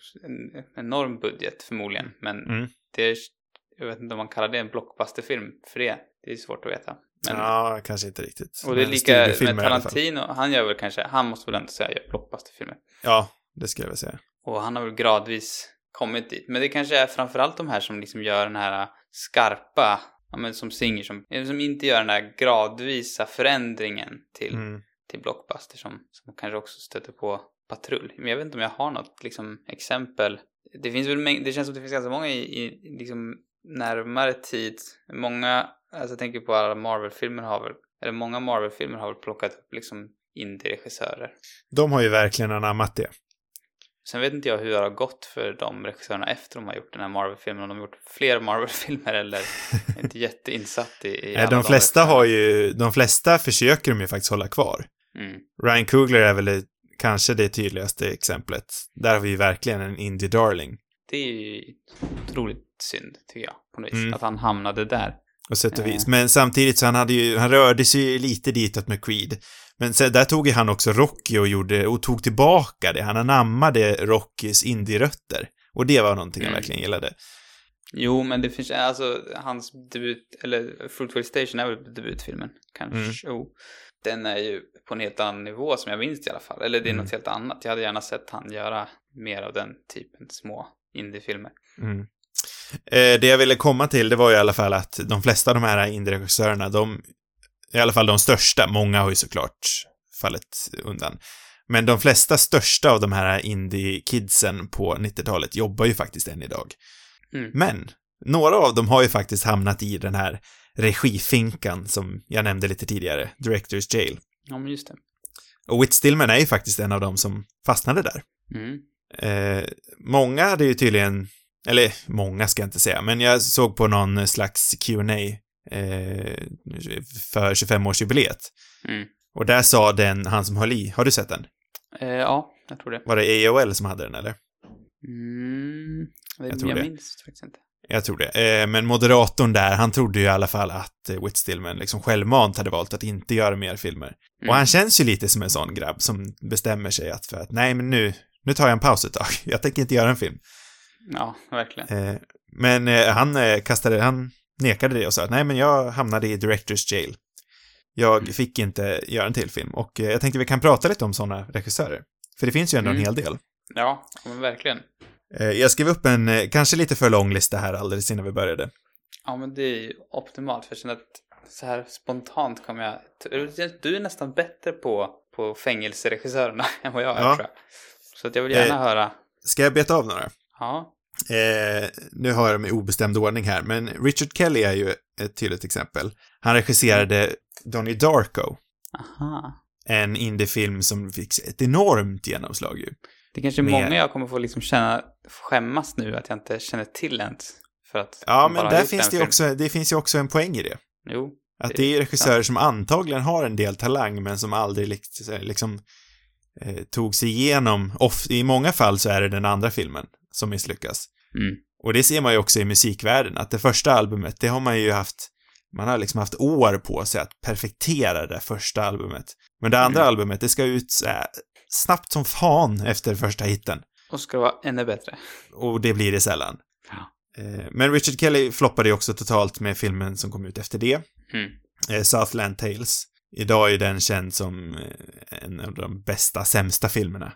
Speaker 2: en enorm budget förmodligen, men
Speaker 1: Mm.
Speaker 2: det är, jag vet inte om man kallar det en blockbusterfilm för det, det är svårt att veta. Men,
Speaker 1: Ja, kanske inte riktigt.
Speaker 2: och det är
Speaker 1: Men
Speaker 2: lika
Speaker 1: studiefilmer
Speaker 2: med
Speaker 1: i alla fall.
Speaker 2: Tarantino, han gör väl kanske, han måste väl ändå säga gör blockbusterfilmer.
Speaker 1: Ja, det ska jag väl säga.
Speaker 2: Och han har väl gradvis kommit dit. Men det kanske är framförallt de här som liksom gör den här skarpa, ja, men som Singer, som, som inte gör den där gradvisa förändringen till,
Speaker 1: Mm.
Speaker 2: till blockbuster, som, som kanske också stöter på patrull. Men jag vet inte om jag har något liksom, exempel. Det finns väl mäng- det känns som att det finns ganska många i, i liksom, närmare tid. Många, alltså jag tänker på alla Marvel-filmer har väl, eller många Marvel-filmer har väl plockat upp liksom indie-regissörer.
Speaker 1: De har ju verkligen anammat det.
Speaker 2: Sen vet inte jag hur det har gått för de regissörerna efter de har gjort den här Marvel-filmen. Om de har gjort fler Marvel-filmer eller inte jätteinsatt i, i
Speaker 1: Nej,
Speaker 2: alla
Speaker 1: de flesta
Speaker 2: regissörerna.
Speaker 1: har ju, de flesta försöker de ju faktiskt hålla kvar.
Speaker 2: Mm.
Speaker 1: Ryan Coogler är väl det, kanske det tydligaste exemplet. Där har vi ju verkligen en indie darling.
Speaker 2: Det är ju otroligt synd, tycker jag, på något vis,
Speaker 1: Mm.
Speaker 2: att han hamnade där.
Speaker 1: Och sätt och
Speaker 2: Eh.
Speaker 1: vis. Men samtidigt så han hade ju, han rörde sig ju lite ditåt med Creed. Men sen, där tog ju han också Rocky och gjorde, och tog tillbaka det. Han anammade Rockys indie-rötter. Och det var någonting
Speaker 2: Mm.
Speaker 1: jag verkligen gillade.
Speaker 2: Jo, men det finns, alltså hans debut, eller Fruitvale Station är väl debutfilmen, kanske.
Speaker 1: Mm.
Speaker 2: Oh. Den är ju på en helt annan nivå som jag minns i alla fall. Eller det är
Speaker 1: Mm.
Speaker 2: något helt annat. Jag hade gärna sett han göra mer av den typen små indiefilmer.
Speaker 1: Mm. Eh, det jag ville komma till, det var ju i alla fall att de flesta av de här indie-regissörerna, de, i alla fall de största, många har ju såklart fallit undan, men de flesta största av de här indie-kidsen på nittiotalet jobbar ju faktiskt än idag.
Speaker 2: Mm.
Speaker 1: Men några av dem har ju faktiskt hamnat i den här regifinkan som jag nämnde lite tidigare, Director's Jail.
Speaker 2: Ja, men just det.
Speaker 1: Och Whit Stillman är ju faktiskt en av dem som fastnade där.
Speaker 2: Mm.
Speaker 1: Eh, många hade ju tydligen Eller många ska jag inte säga, men jag såg på någon slags Q and A eh, för tjugofem-årsjubileet.
Speaker 2: Mm.
Speaker 1: Och där sa den, han som höll i, har du sett den?
Speaker 2: Eh, ja, jag tror det.
Speaker 1: Var det A O L som hade den, eller?
Speaker 2: Mm, jag,
Speaker 1: Jag tror
Speaker 2: jag
Speaker 1: det.
Speaker 2: minns faktiskt inte.
Speaker 1: Jag tror det. Eh, men moderatorn där, han trodde ju i alla fall att eh, Whit Stillman liksom självmant hade valt att inte göra mer filmer.
Speaker 2: Mm.
Speaker 1: Och han känns ju lite som en sån grabb som bestämmer sig att, för att nej, men nu, nu tar jag en paus ett tag. Jag tänker inte göra en film.
Speaker 2: Ja, verkligen.
Speaker 1: Eh, men eh, han eh, kastade, han nekade det och sa att nej, men jag hamnade i director's jail. Jag
Speaker 2: Mm.
Speaker 1: fick inte göra en till film. Och eh, jag tänkte vi kan prata lite om sådana regissörer. För det finns ju ändå
Speaker 2: Mm.
Speaker 1: en hel del.
Speaker 2: Ja, men verkligen.
Speaker 1: Eh, jag skrev upp en, eh, kanske lite för lång lista här alldeles innan vi började.
Speaker 2: Ja, men det är ju optimalt. För jag känner att så här spontant kommer jag... Du är nästan bättre på, på fängelseregissörerna än vad jag är,
Speaker 1: Ja.
Speaker 2: tror jag. Så att jag vill gärna
Speaker 1: Eh.
Speaker 2: höra...
Speaker 1: Ska jag beta av några?
Speaker 2: Ja.
Speaker 1: Eh, nu har jag dem i obestämd ordning här, men Richard Kelly är ju ett tydligt exempel. Han regisserade Donnie Darko,
Speaker 2: Aha.
Speaker 1: en indiefilm som fick ett enormt genomslag ju.
Speaker 2: Det är kanske
Speaker 1: Med-
Speaker 2: många jag kommer få liksom känna... Skämmas nu att jag inte känner till ens. För att
Speaker 1: Ja,
Speaker 2: de
Speaker 1: men
Speaker 2: bara har
Speaker 1: där
Speaker 2: gjort
Speaker 1: finns
Speaker 2: en
Speaker 1: det, ju
Speaker 2: film.
Speaker 1: också, det finns ju också en poäng i det.
Speaker 2: Jo.
Speaker 1: Att
Speaker 2: Det
Speaker 1: det är
Speaker 2: är
Speaker 1: regissörer som antagligen har en del talang, men som aldrig liksom, liksom eh, tog sig igenom. Off, I många fall så är det den andra filmen som misslyckas.
Speaker 2: Mm.
Speaker 1: Och det ser man ju också i musikvärlden, att det första albumet, det har man ju haft, man har liksom haft år på sig att perfektera det första albumet. Men det andra
Speaker 2: Mm.
Speaker 1: albumet, det ska ut så här, snabbt som fan efter första hitten.
Speaker 2: Och ska det vara ännu bättre.
Speaker 1: Och det blir det sällan.
Speaker 2: Ja.
Speaker 1: Eh, Men Richard Kelly floppade ju också totalt med filmen som kom ut efter det.
Speaker 2: Mm.
Speaker 1: Eh, Southland Tales. Idag är den känd som eh, en av de bästa, sämsta filmerna.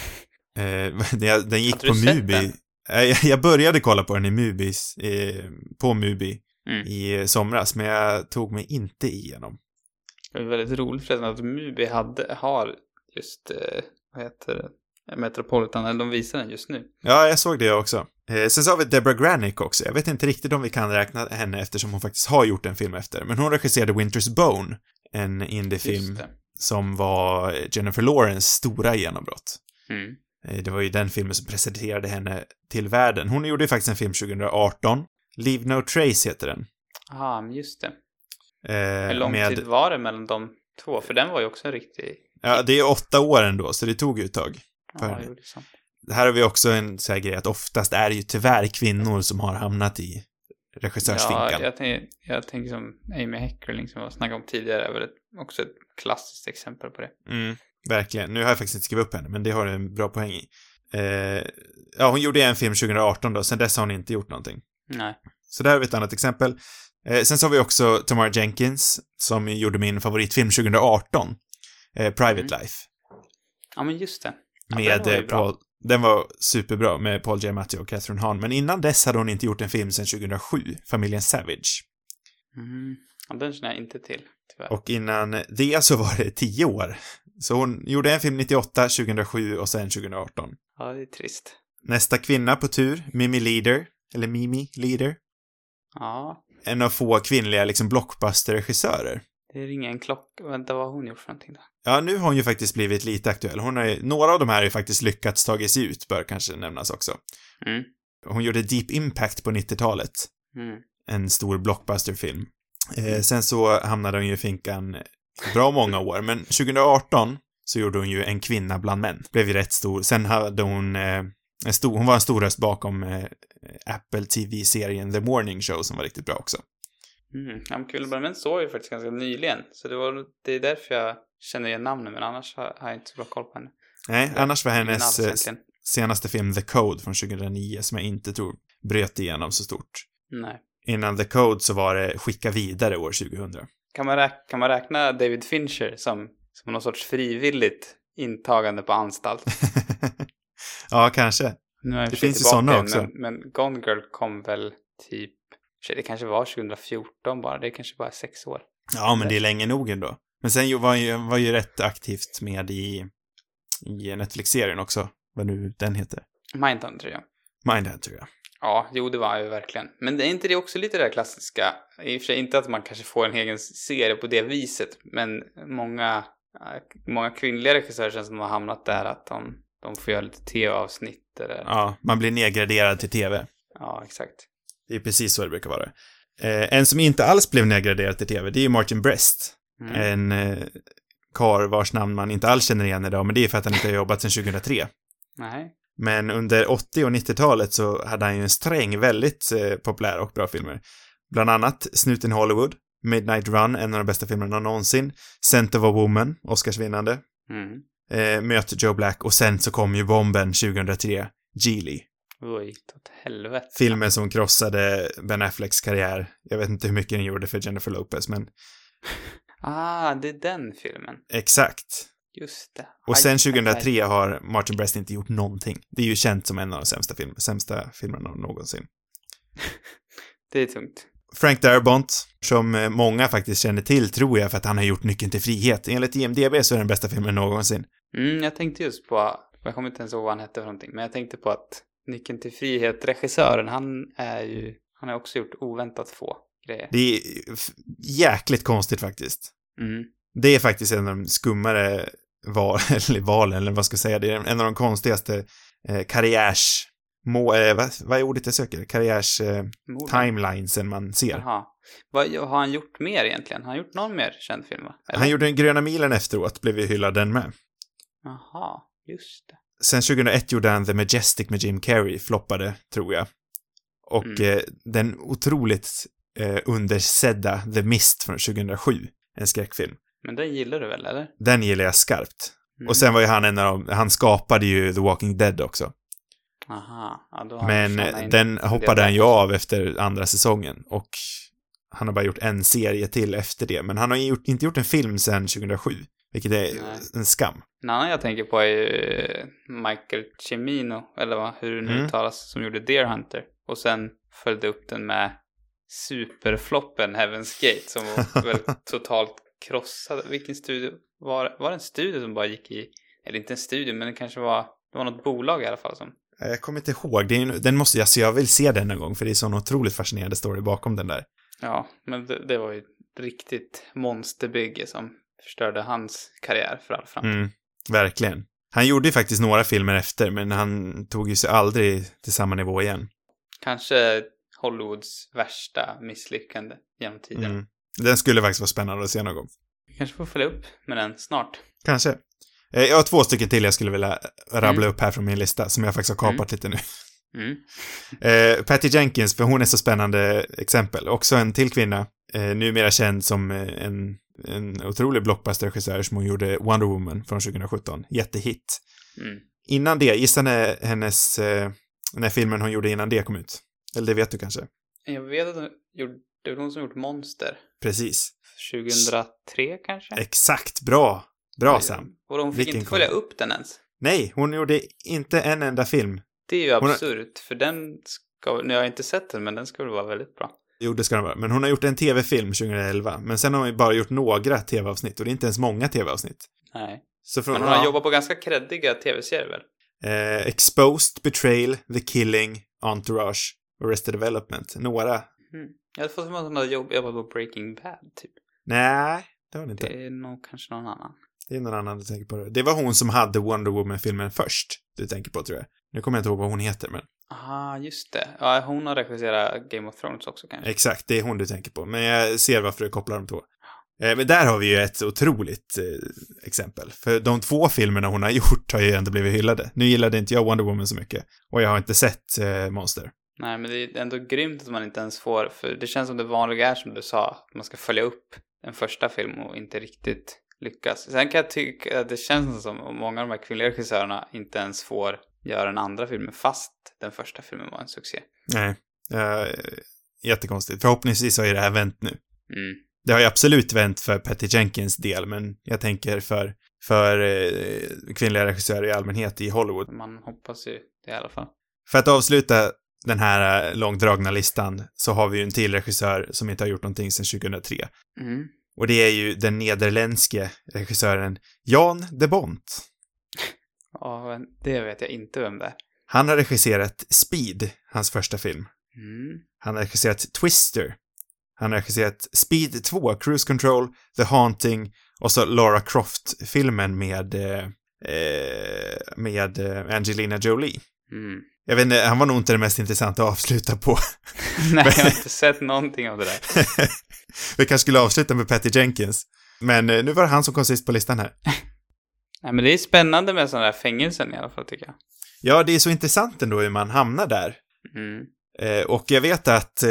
Speaker 1: Eh, den, den gick
Speaker 2: Hade
Speaker 1: på
Speaker 2: du sett
Speaker 1: Mubi.
Speaker 2: den?
Speaker 1: Eh, Jag jag började kolla på den i Mubis, eh, på Mubi
Speaker 2: Mm.
Speaker 1: i eh, somras, men jag tog mig inte igenom.
Speaker 2: Det är väldigt roligt förresten att Mubi hade, har just, eh, vad heter det, Metropolitan, eller de visar den just nu.
Speaker 1: Ja, jag såg det också. Eh, sen så har vi Deborah Granick också. Jag vet inte riktigt om vi kan räkna henne eftersom hon faktiskt har gjort en film efter. Men hon regisserade Winter's Bone, en indiefilm
Speaker 2: Just det.
Speaker 1: som var Jennifer Lawrence stora genombrott.
Speaker 2: Mm.
Speaker 1: Eh, det var ju den filmen som presenterade henne till världen. Hon gjorde ju faktiskt en film tjugo arton. Leave No Trace heter den.
Speaker 2: Ja, men just det.
Speaker 1: Eh,
Speaker 2: Hur lång
Speaker 1: med,
Speaker 2: tid var det mellan de två? För den var ju också en riktig...
Speaker 1: Ja, det är åtta år ändå, så det tog ju ett tag. För
Speaker 2: Ja,
Speaker 1: henne.
Speaker 2: jo, det är sant.
Speaker 1: Här har vi också en så här grej att oftast är det ju tyvärr kvinnor som har hamnat i regissörsfinkan.
Speaker 2: Ja, jag tänker, jag tänker som Amy Heckerling som jag snackade om tidigare är väl ett, också ett klassiskt exempel på det.
Speaker 1: Mm, verkligen. Nu har jag faktiskt inte skrivit upp henne, men det har du en bra poäng i. Eh, ja, hon gjorde en film tjugo arton då, sen dess har hon inte gjort någonting.
Speaker 2: Nej.
Speaker 1: Så där har vi ett annat exempel. Eh, sen så har vi också Tamara Jenkins, som gjorde min favoritfilm tjugo arton, eh, Private
Speaker 2: Mm.
Speaker 1: Life.
Speaker 2: Ja, men just det. Ja,
Speaker 1: Med
Speaker 2: den var ju
Speaker 1: eh,
Speaker 2: bra.
Speaker 1: Paul, den var superbra med Paul Giamatti och Catherine Hahn, men innan dess hade hon inte gjort en film sedan tjugohundrasju, Familjen Savage.
Speaker 2: Mm. Ja, den känner jag inte till, tyvärr.
Speaker 1: Och innan det så var det tio år. Så hon gjorde en film nittioåtta, tjugohundrasju och sen tjugo arton.
Speaker 2: Ja, det är trist.
Speaker 1: Nästa kvinna på tur, Mimi Leader, eller Mimi Leader.
Speaker 2: Ja,
Speaker 1: En av få kvinnliga liksom blockbuster-regissörer.
Speaker 2: det ringer en klocka. Vänta, vad har hon gjort för någonting då?
Speaker 1: Ja, nu har hon ju faktiskt blivit lite aktuell. Hon har ju, några av de här har ju faktiskt lyckats tagit sig ut, bör kanske nämnas också.
Speaker 2: Mm.
Speaker 1: Hon gjorde Deep Impact på nittiotalet.
Speaker 2: Mm.
Speaker 1: En stor blockbusterfilm. Eh, sen så hamnade hon ju i finkan bra många år, men tjugo arton så gjorde hon ju En kvinna bland män. Blev ju rätt stor. Sen hade hon eh, en stor, hon var en stor röst bakom eh, Apple T V-serien The Morning Show som var riktigt bra också.
Speaker 2: Mm. Ja, men Kul men såg jag ju faktiskt ganska nyligen. Så det, var, det är därför jag känner igen namnet, men annars har har jag inte så bra koll på henne.
Speaker 1: Nej, annars var hennes
Speaker 2: Ingen
Speaker 1: eh,
Speaker 2: alls egentligen.
Speaker 1: senaste film The Code från tjugohundraniio som jag inte tror bröt igenom så stort.
Speaker 2: Nej.
Speaker 1: Innan The Code så var det Skicka vidare år tjugohundra.
Speaker 2: Kan man, räk- kan man räkna David Fincher som, som någon sorts frivilligt intagande på anstalt?
Speaker 1: Ja, kanske.
Speaker 2: Nu har jag
Speaker 1: Det
Speaker 2: i och för sig
Speaker 1: finns ju
Speaker 2: tillbaka
Speaker 1: såna
Speaker 2: igen,
Speaker 1: också.
Speaker 2: Men, men Gone Girl kom väl typ... Det kanske var tjugohundrafjorton bara. Det kanske bara är sex år.
Speaker 1: Ja, men det är länge nog ändå. Men sen ju- var ju, var ju rätt aktivt med i, i Netflix-serien också. Vad nu den heter.
Speaker 2: Mindhunter, ja.
Speaker 1: Mindhunter, ja.
Speaker 2: Ja, jo det var ju verkligen. Men det är inte det också lite det där klassiska? I och för sig inte att man kanske får en egen serie på det viset. Men många, många kvinnliga regissörer känns som har hamnat där att de, de får göra lite tv-avsnitt. Eller...
Speaker 1: Ja, man blir nedgraderad till tv.
Speaker 2: Ja, exakt.
Speaker 1: Det är precis så det brukar vara. Eh, en som inte alls blev nedgraderad till tv, det är ju Martin Brest. Mm. En eh, karl vars namn man inte alls känner igen idag, men det är för att han inte har jobbat sedan tjugohundratre.
Speaker 2: Nej.
Speaker 1: Men under åttio- och nittiotalet så hade han ju en sträng väldigt eh, populär och bra filmer. Bland annat Snuten i Hollywood, Midnight Run, en av de bästa filmerna någonsin, Scent of a Woman, Oscarsvinnande,
Speaker 2: Mm.
Speaker 1: eh, Möt Joe Black, och sen så kom ju bomben tjugohundratre, Geely.
Speaker 2: Oj, åt helvete.
Speaker 1: Filmen som krossade Ben Afflecks karriär. Jag vet inte hur mycket den gjorde för Jennifer Lopez, men...
Speaker 2: Ah, det är den filmen.
Speaker 1: Exakt.
Speaker 2: Just det.
Speaker 1: Och sen
Speaker 2: Aj,
Speaker 1: tjugohundratre
Speaker 2: aj, aj.
Speaker 1: har Martin Brest inte gjort någonting. Det är ju känt som en av de sämsta, film, sämsta filmerna någonsin.
Speaker 2: Det är tungt.
Speaker 1: Frank Darabont, som många faktiskt känner till, tror jag, för att han har gjort Nyckeln till frihet. Enligt I M D B så är det den bästa filmen någonsin.
Speaker 2: Mm, jag tänkte just på, jag kommer inte ens ihåg vad han hette för någonting, men jag tänkte på att Nyckeln till frihet, regissören, han är ju, han har också gjort oväntat få grejer.
Speaker 1: Det är f- jäkligt konstigt faktiskt.
Speaker 2: Mm.
Speaker 1: Det är faktiskt en av de skummare val, eller valen, eller vad ska jag säga, det är en av de konstigaste eh, karriärs... Må, eh, vad, vad är ordet jag söker? Karriärs eh, timelinesen man ser.
Speaker 2: Jaha. Vad har han gjort mer egentligen? Har han gjort någon mer känd film, va? Eller?
Speaker 1: Han gjorde en Gröna milen efteråt, blev ju hyllad den med.
Speaker 2: Jaha, just det.
Speaker 1: Sen tjugohundraett gjorde han The Majestic med Jim Carrey, floppade, tror jag. Och
Speaker 2: Mm.
Speaker 1: eh, den otroligt eh, undersedda The Mist från tjugohundrasju, en skräckfilm.
Speaker 2: Men den gillar du väl, eller?
Speaker 1: Den gillar jag skarpt.
Speaker 2: Mm.
Speaker 1: Och sen var ju han en av de, han skapade ju The Walking Dead också.
Speaker 2: Aha, ja, då har
Speaker 1: Men
Speaker 2: han
Speaker 1: eh,
Speaker 2: in-
Speaker 1: den
Speaker 2: en
Speaker 1: hoppade
Speaker 2: del
Speaker 1: han ju
Speaker 2: där.
Speaker 1: av efter andra säsongen. Och han har bara gjort en serie till efter det. Men han har ju gjort, inte gjort en film sedan tjugohundrasju. Vilket är
Speaker 2: Nej.
Speaker 1: en skam.
Speaker 2: En annan jag tänker på är ju Michael Cimino, eller vad, hur det nu
Speaker 1: Mm.
Speaker 2: uttalas, som gjorde Deer Hunter. Och sen följde upp den med superfloppen Heaven's Gate, som var väl totalt krossad. Vilken studio? Var, var det en studio som bara gick i, eller inte en studio, men det kanske var, det var något bolag i alla fall som...
Speaker 1: Jag kommer inte ihåg. Det är, ju- den måste jag, alltså jag vill se den en gång. För det är så en otroligt fascinerande story bakom den där.
Speaker 2: Ja, men det, det var ju ett riktigt monsterbygge som förstörde hans karriär för all framtid.
Speaker 1: Mm, verkligen. Han gjorde ju faktiskt några filmer efter. Men han tog ju sig aldrig till samma nivå igen.
Speaker 2: Kanske Hollywoods värsta misslyckande genom tiden.
Speaker 1: Mm. Den skulle faktiskt vara spännande att se någon gång.
Speaker 2: Kanske får följa upp med den snart.
Speaker 1: Kanske. Eh, Jag har två stycken till jag skulle vilja rabbla
Speaker 2: Mm.
Speaker 1: upp här från min lista. Som jag faktiskt har kapat lite nu.
Speaker 2: Mm.
Speaker 1: Eh, Patty Jenkins, för hon är så spännande exempel. Också en till kvinna. Eh, numera känd som eh, en, en otrolig blockbuster-regissör som hon gjorde Wonder Woman från tjugosjutton. Jättehit.
Speaker 2: Mm.
Speaker 1: Innan det, gissa när hennes... Eh, när filmen hon gjorde innan det kom ut. Eller det vet du kanske.
Speaker 2: Jag vet att hon gjorde, det var hon som gjort Monster.
Speaker 1: Precis.
Speaker 2: tjugohundratre kanske?
Speaker 1: Exakt, bra. Bra Sam.
Speaker 2: Och de fick
Speaker 1: Vilken
Speaker 2: inte följa
Speaker 1: koll.
Speaker 2: upp den ens.
Speaker 1: Nej, hon gjorde inte en enda film.
Speaker 2: Det är ju
Speaker 1: Hon har-
Speaker 2: absurt. För den ska, nu har jag inte sett den, men den ska väl vara väldigt bra.
Speaker 1: Jo, det ska den vara. Men hon har gjort en tv-film tjugohundraelva. Men sen har hon ju bara gjort några tv-avsnitt. Och det är inte ens många tv-avsnitt.
Speaker 2: Nej.
Speaker 1: Så från,
Speaker 2: Men hon har jobbat på ganska kreddiga tv-serier väl?
Speaker 1: eh, Exposed, Betrayal, The Killing, Entourage och Arrested Development. Några.
Speaker 2: Mm. Jag hade fått för mig att hon hade jobb- jobbat på Breaking Bad, typ.
Speaker 1: Nej, det var det inte.
Speaker 2: Det är nog kanske någon annan.
Speaker 1: Det är någon annan du tänker på. Det. det var hon som hade Wonder Woman-filmen först. Du tänker på, tror jag. Nu kommer jag inte ihåg vad hon heter, men...
Speaker 2: Ah, just det. Ja, hon har regisserat Game of Thrones också kanske.
Speaker 1: Exakt, det är hon du tänker på. Men jag ser varför du kopplar dem två. Eh, men där har vi ju ett otroligt eh, exempel. För de två filmerna hon har gjort har ju ändå blivit hyllade. Nu gillade inte jag Wonder Woman så mycket. Och jag har inte sett eh, Monster.
Speaker 2: Nej, men det är ändå grymt att man inte ens får, för det känns som det vanliga är som du sa, att man ska följa upp en första film och inte riktigt lyckas. Sen kan jag tycka att det känns som att många av de här kvinnliga regissörerna inte ens får göra en andra film fast den första filmen var en succé.
Speaker 1: Nej, eh, jättekonstigt. Förhoppningsvis har ju det här vänt nu.
Speaker 2: Mm.
Speaker 1: Det har ju absolut vänt för Patty Jenkins del, men jag tänker för, för eh, kvinnliga regissörer i allmänhet i Hollywood.
Speaker 2: Man hoppas ju det i alla fall.
Speaker 1: För att avsluta den här eh, långdragna listan så har vi ju en till regissör som inte har gjort någonting sedan tjugohundratre.
Speaker 2: Mm.
Speaker 1: Och det är ju den nederländske regissören Jan de Bont.
Speaker 2: Ja, men det vet jag inte vem det är.
Speaker 1: Han har regisserat Speed, hans första film.
Speaker 2: Mm.
Speaker 1: Han har regisserat Twister. Han har regisserat Speed två, Cruise Control, The Haunting och så Lara Croft-filmen med, eh, med eh, Angelina Jolie.
Speaker 2: Mm.
Speaker 1: Jag vet inte, han var nog inte det mest intressanta att avsluta på.
Speaker 2: Nej, jag har inte sett någonting av det där.
Speaker 1: Vi kanske skulle avsluta med Patty Jenkins. Men nu var det han som kom sist på listan här.
Speaker 2: Nej, men det är spännande med sådana där fängelsen i alla fall, tycker jag.
Speaker 1: Ja, det är så intressant ändå hur man hamnar där.
Speaker 2: Mm.
Speaker 1: Eh, och jag vet att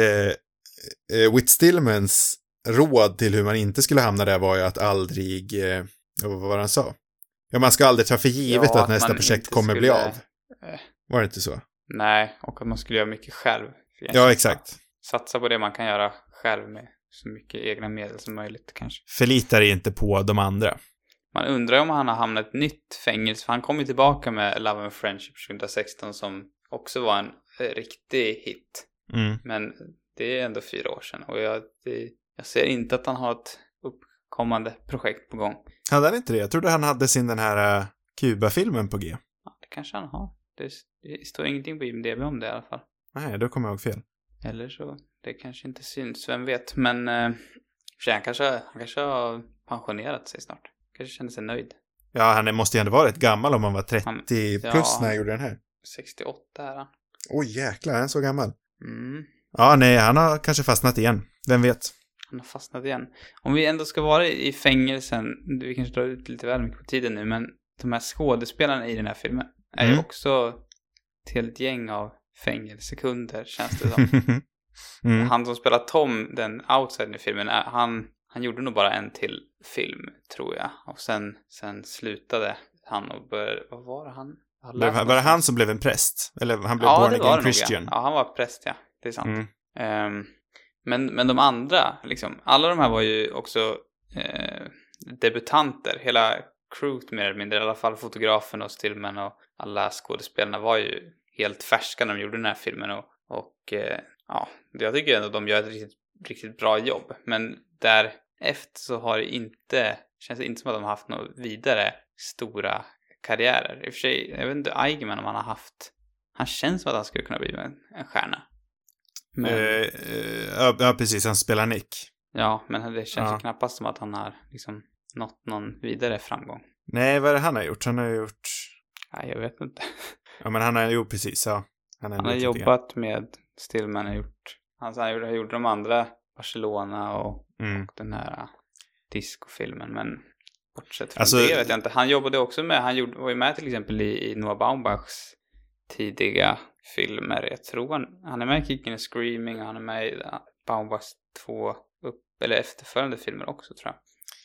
Speaker 1: eh, Whit Stillmans råd till hur man inte skulle hamna där var ju att aldrig, eh, vad var det han sa? Ja, man ska aldrig ta för givet
Speaker 2: Ja,
Speaker 1: att nästa
Speaker 2: man
Speaker 1: projekt
Speaker 2: inte
Speaker 1: kommer
Speaker 2: skulle-
Speaker 1: bli av.
Speaker 2: Eh.
Speaker 1: Var det inte så?
Speaker 2: Nej, och att man skulle göra mycket själv.
Speaker 1: Ja, exakt.
Speaker 2: Satsa på det man kan göra själv med så mycket egna medel som möjligt kanske.
Speaker 1: Förlitar inte på de andra.
Speaker 2: Man undrar om han har hamnat i ett nytt fängelse. För han kom ju tillbaka med Love and Friendship tjugohundrasexton som också var en eh, riktig hit.
Speaker 1: Mm.
Speaker 2: Men det är ändå fyra år sedan. Och jag, det, jag ser inte att han har ett uppkommande projekt på gång.
Speaker 1: Hade han inte det? Jag trodde han hade sin den här uh, Kuba-filmen på G.
Speaker 2: Ja, det kanske han har. Det, det står ingenting på I M D B om det i alla fall.
Speaker 1: Nej, då kommer jag ihåg fel.
Speaker 2: Eller så. Det kanske inte syns. Vem vet. Men eh, för sig, han, kanske, han kanske har pensionerat sig snart. Kanske känner sig nöjd.
Speaker 1: Ja, han måste ju ändå vara rätt gammal om han var trettio
Speaker 2: Han-
Speaker 1: plus
Speaker 2: ja.
Speaker 1: när han gjorde den här.
Speaker 2: sextioåtta är han.
Speaker 1: Oj, jäklar, han är så gammal.
Speaker 2: Mm.
Speaker 1: Ja, nej, han har kanske fastnat igen. Vem vet?
Speaker 2: Han har fastnat igen. Om vi ändå ska vara i fängelsen, vi kanske drar ut lite väl mycket på tiden nu, men de här skådespelarna i den här filmen är
Speaker 1: Mm.
Speaker 2: ju också ett helt gäng av fängelsekunder, känns det som.
Speaker 1: mm.
Speaker 2: Han som spelar Tom, den outsidern i filmen, är, han, han gjorde nog bara en till film, tror jag. Och sen, sen slutade han och började, vad var det han? Jag har
Speaker 1: Blev,
Speaker 2: läst
Speaker 1: var det
Speaker 2: någonstans.
Speaker 1: han som blev en präst? Eller han blev
Speaker 2: Ja,
Speaker 1: born
Speaker 2: det var
Speaker 1: again
Speaker 2: det nog,
Speaker 1: Christian?
Speaker 2: ja. Ja, han var präst, ja. Det är sant.
Speaker 1: Mm.
Speaker 2: Ehm, men, men de andra, liksom, alla de här var ju också eh, debutanter. Hela crewet mer eller mindre, i alla fall fotografen och Stillman och alla skådespelarna var ju helt färska när de gjorde den här filmen. Och, och eh, ja, jag tycker ändå att de gör ett riktigt, riktigt bra jobb. Men därefter så har det inte, känns det inte som att de har haft några vidare stora karriärer. I och för sig, jag vet inte Eichmann om han har haft, han känns som att han skulle kunna bli en, en stjärna. Men,
Speaker 1: Eh, eh, ja, ja, precis. Han spelar Nick.
Speaker 2: ja, men det känns
Speaker 1: Ja.
Speaker 2: ju knappast som att han har liksom nått någon vidare framgång.
Speaker 1: Nej, vad är det han har gjort? Han har gjort...
Speaker 2: Nej, jag vet inte.
Speaker 1: Ja, men han har gjort precis, ja. Han har,
Speaker 2: Han har
Speaker 1: gjort lite
Speaker 2: jobbat med Stillman, har gjort, alltså han gjorde, han gjorde de andra, Barcelona och,
Speaker 1: grann. Mm.
Speaker 2: och den här uh, discofilmen, men bortsett från
Speaker 1: Alltså-
Speaker 2: det vet jag inte. Han jobbade också med, han gjorde, var ju med till exempel i, i Noah Baumbachs tidiga filmer. Jag tror han, han är med i Kicking and Screaming och han är med i uh, Baumbachs två upp, eller efterföljande filmer också, tror jag.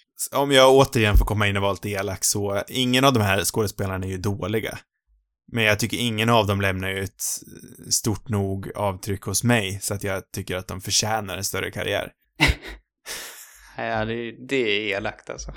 Speaker 1: Om jag återigen får komma in och vara lite elak så ingen av de här skådespelarna är ju dåliga. Men jag tycker ingen av dem lämnar ju ett stort nog avtryck hos mig så att jag tycker att de förtjänar en större karriär.
Speaker 2: Ja, det, det är elakt alltså.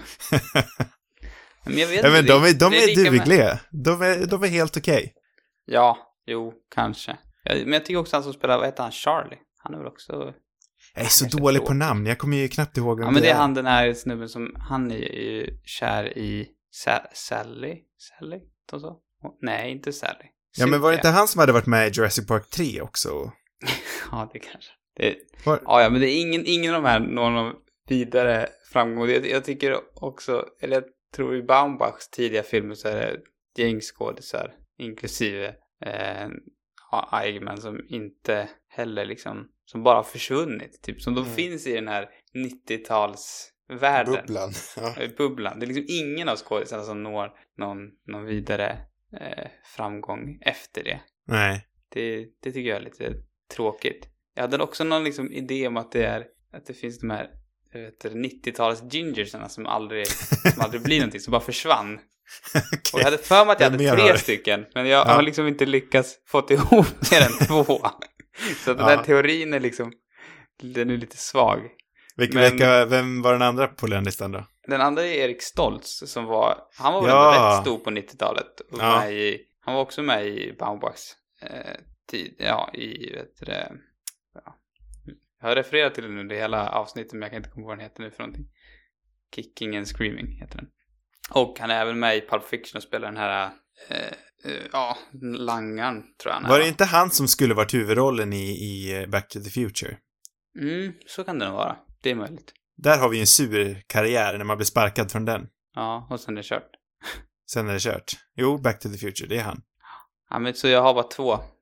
Speaker 2: Men jag vet
Speaker 1: Ja, men
Speaker 2: inte,
Speaker 1: de är, de
Speaker 2: det
Speaker 1: är
Speaker 2: lika med-
Speaker 1: dugliga. De är, de är helt okej.
Speaker 2: Ja, jo, kanske. Ja, men jag tycker också han som spelar, vad heter han, Charlie? Han är väl också...
Speaker 1: Jag är så
Speaker 2: Kanske
Speaker 1: dålig på
Speaker 2: tråkigt.
Speaker 1: namn. Jag kommer ju knappt ihåg vem
Speaker 2: Ja, men det är han, den här snubben som, han är ju kär i Sa- Sally? Sally? De så? Nej, inte Sally.
Speaker 1: Ja, men var det inte
Speaker 2: Cynthia.
Speaker 1: han som hade varit med i Jurassic Park tre också?
Speaker 2: Ja, det kanske. Det,
Speaker 1: Var...
Speaker 2: ja, ja, men det är ingen, ingen av de här någon av vidare framgång. Jag, jag tycker också, eller jag tror i Baumbachs tidiga filmer så är det ett gäng skådisar, inklusive eh, ja, Eichmann, som inte heller liksom, som bara har försvunnit. Typ som de
Speaker 1: Mm.
Speaker 2: finns i den här nittiotalsvärlden.
Speaker 1: Bubblan. Ja.
Speaker 2: I bubblan. Det är liksom ingen av skådisarna som når någon, någon vidare eh, framgång efter det.
Speaker 1: Nej.
Speaker 2: det. Det tycker jag är lite tråkigt. Jag hade också någon liksom idé om att det är att det finns de här jag vet, inte, nittio-tals gingersarna som aldrig, som aldrig blir någonting, som bara försvann. Och jag hade för mig att jag
Speaker 1: Vem
Speaker 2: hade
Speaker 1: mer
Speaker 2: tre
Speaker 1: har du?
Speaker 2: stycken, men jag
Speaker 1: Ja.
Speaker 2: har liksom inte lyckats få ihop mer än två. Så att den
Speaker 1: Ja.
Speaker 2: där teorin är liksom, den är lite svag.
Speaker 1: Vilka,
Speaker 2: Men-
Speaker 1: vilka, vem var den andra på den listan då?
Speaker 2: Den andra är Erik Stoltz som var, han var väl
Speaker 1: Ja.
Speaker 2: ändå rätt stor på nittiotalet. Och
Speaker 1: Ja.
Speaker 2: med i, han var också med i Baumbachs eh, tid, ja i, vet du det, ja. Jag har refererat till den under hela avsnittet men jag kan inte komma på vad den heter nu för någonting. Kicking and Screaming heter den. Och han är även med i Pulp Fiction och spelar den här, eh, eh, ja, langan tror jag han är.
Speaker 1: Var det inte han som skulle varit huvudrollen i, i Back to the Future?
Speaker 2: Mm, så kan det nog vara. Det är möjligt.
Speaker 1: Där har vi en sur karriär när man blir sparkad från den.
Speaker 2: Ja, och sen är det kört.
Speaker 1: Sen är det kört. Jo, Back to the Future, det är han.
Speaker 2: Ja, men så jag har bara två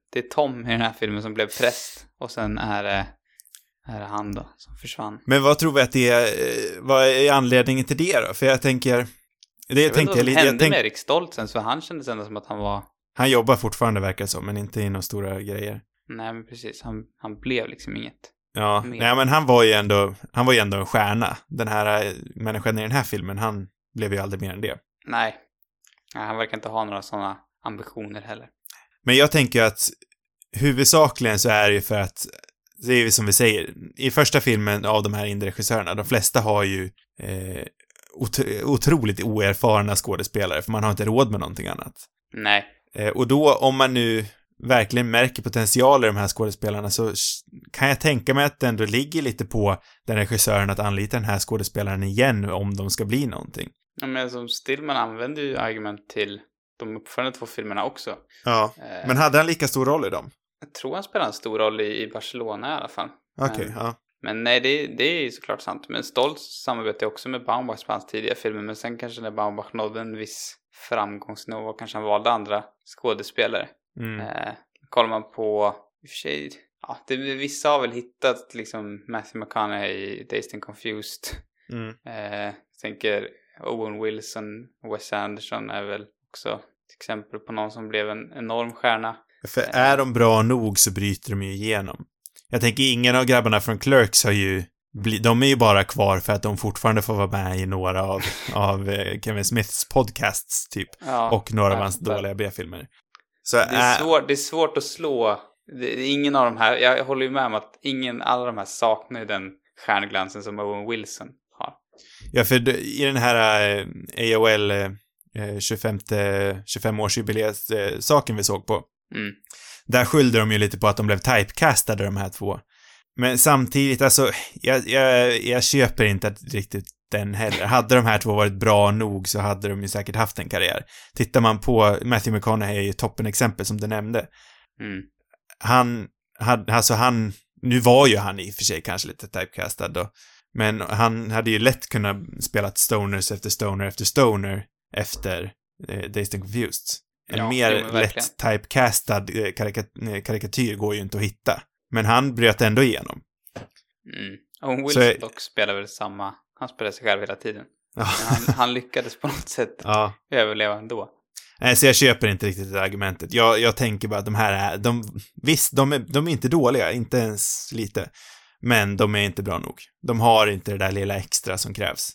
Speaker 2: det är Tom i den här filmen som blev präst. Och sen är det, är det han då som försvann.
Speaker 1: Men vad tror vi att det är, eh, vad är anledningen till det då? För jag tänker, det
Speaker 2: Jag
Speaker 1: tänkte
Speaker 2: vet
Speaker 1: jag
Speaker 2: inte vad som
Speaker 1: lite, jag
Speaker 2: hände
Speaker 1: tänk,
Speaker 2: med Erik Stoltz, så han kändes ändå som att han var...
Speaker 1: han jobbar fortfarande verkar det som, men inte i några stora grejer.
Speaker 2: Nej, men precis. Han, han blev liksom inget.
Speaker 1: Ja,
Speaker 2: Mer.
Speaker 1: nej men han var ju ändå, han var ju ändå en stjärna. Den här eh, människan i den här filmen, han blev ju aldrig mer än det.
Speaker 2: Nej. Nej, han verkar inte ha några sådana ambitioner heller.
Speaker 1: Men jag tänker att huvudsakligen så är det ju för att, det är ju som vi säger, i första filmen av de här indie-regissörerna, de flesta har ju eh, ot- otroligt oerfarna skådespelare, för man har inte råd med någonting annat.
Speaker 2: Nej.
Speaker 1: Eh, och då, om man nu verkligen märker potential i de här skådespelarna, så kan jag tänka mig att det ändå ligger lite på den regissören att anlita den här skådespelaren igen om de ska bli någonting.
Speaker 2: Ja, men som Stillman använder ju argument till de uppförande två filmerna också.
Speaker 1: Ja,
Speaker 2: Eh,
Speaker 1: men hade han lika stor roll i dem?
Speaker 2: Jag tror han spelar en stor roll i, i Barcelona i alla fall.
Speaker 1: Okej, okay,
Speaker 2: men,
Speaker 1: ja.
Speaker 2: men nej, det, det är ju såklart sant. Men Stoltz samarbetar också med Baumbach på hans tidiga filmer. Men sen kanske när Baumbach nådde en viss framgångsnivå kanske han valde andra skådespelare.
Speaker 1: Mm.
Speaker 2: Eh, kollar man på, i och för sig, ja, det, vissa har väl hittat liksom Matthew McConaughey i Dazed and Confused.
Speaker 1: Mm.
Speaker 2: Eh, jag tänker Owen Wilson och Wes Anderson är väl också ett exempel på någon som blev en enorm stjärna.
Speaker 1: För är de bra nog så bryter de ju igenom. Jag tänker ingen av grabbarna från Clerks har ju bli, de är ju bara kvar för att de fortfarande får vara med i några av, av eh, Kevin Smiths podcasts typ.
Speaker 2: Ja,
Speaker 1: och några av
Speaker 2: ja,
Speaker 1: hans
Speaker 2: det,
Speaker 1: dåliga B-filmer. Så
Speaker 2: det, är
Speaker 1: äh,
Speaker 2: svårt, det är svårt att slå. Det är ingen av de här, jag håller ju med om att ingen, alla de här saknar den stjärnglansen som Owen Wilson har.
Speaker 1: Ja, för i den här eh, A O L eh, tjugofem-årsjubileet-saken vi såg på.
Speaker 2: Mm.
Speaker 1: Där skyllde de ju lite på att de blev typecastade, de här två. Men samtidigt, alltså, jag, jag, jag köper inte riktigt den heller. Hade de här två varit bra nog så hade de ju säkert haft en karriär. Tittar man på Matthew McConaughey är ju toppen exempel som du nämnde.
Speaker 2: Mm.
Speaker 1: Han, hade, alltså han, nu var ju han i och för sig kanske lite typecastad då. Men han hade ju lätt kunnat spela stoners efter stoner efter stoner efter eh, Dazed and Confused. En
Speaker 2: Ja,
Speaker 1: mer
Speaker 2: jo,
Speaker 1: lätt typecastad eh, karika- karikatyr går ju inte att hitta. Men han bröt ändå igenom.
Speaker 2: Mm. Owen Wilson
Speaker 1: Så,
Speaker 2: dock spelar väl samma, han spelar sig själv hela tiden.
Speaker 1: ja.
Speaker 2: Men han, han lyckades på något sätt
Speaker 1: Ja.
Speaker 2: överleva ändå.
Speaker 1: Nej, så jag köper inte riktigt det argumentet. Jag, jag tänker bara att de här är, de, visst, de är, de är inte dåliga, inte ens lite. Men de är inte bra nog. De har inte det där lilla extra som krävs.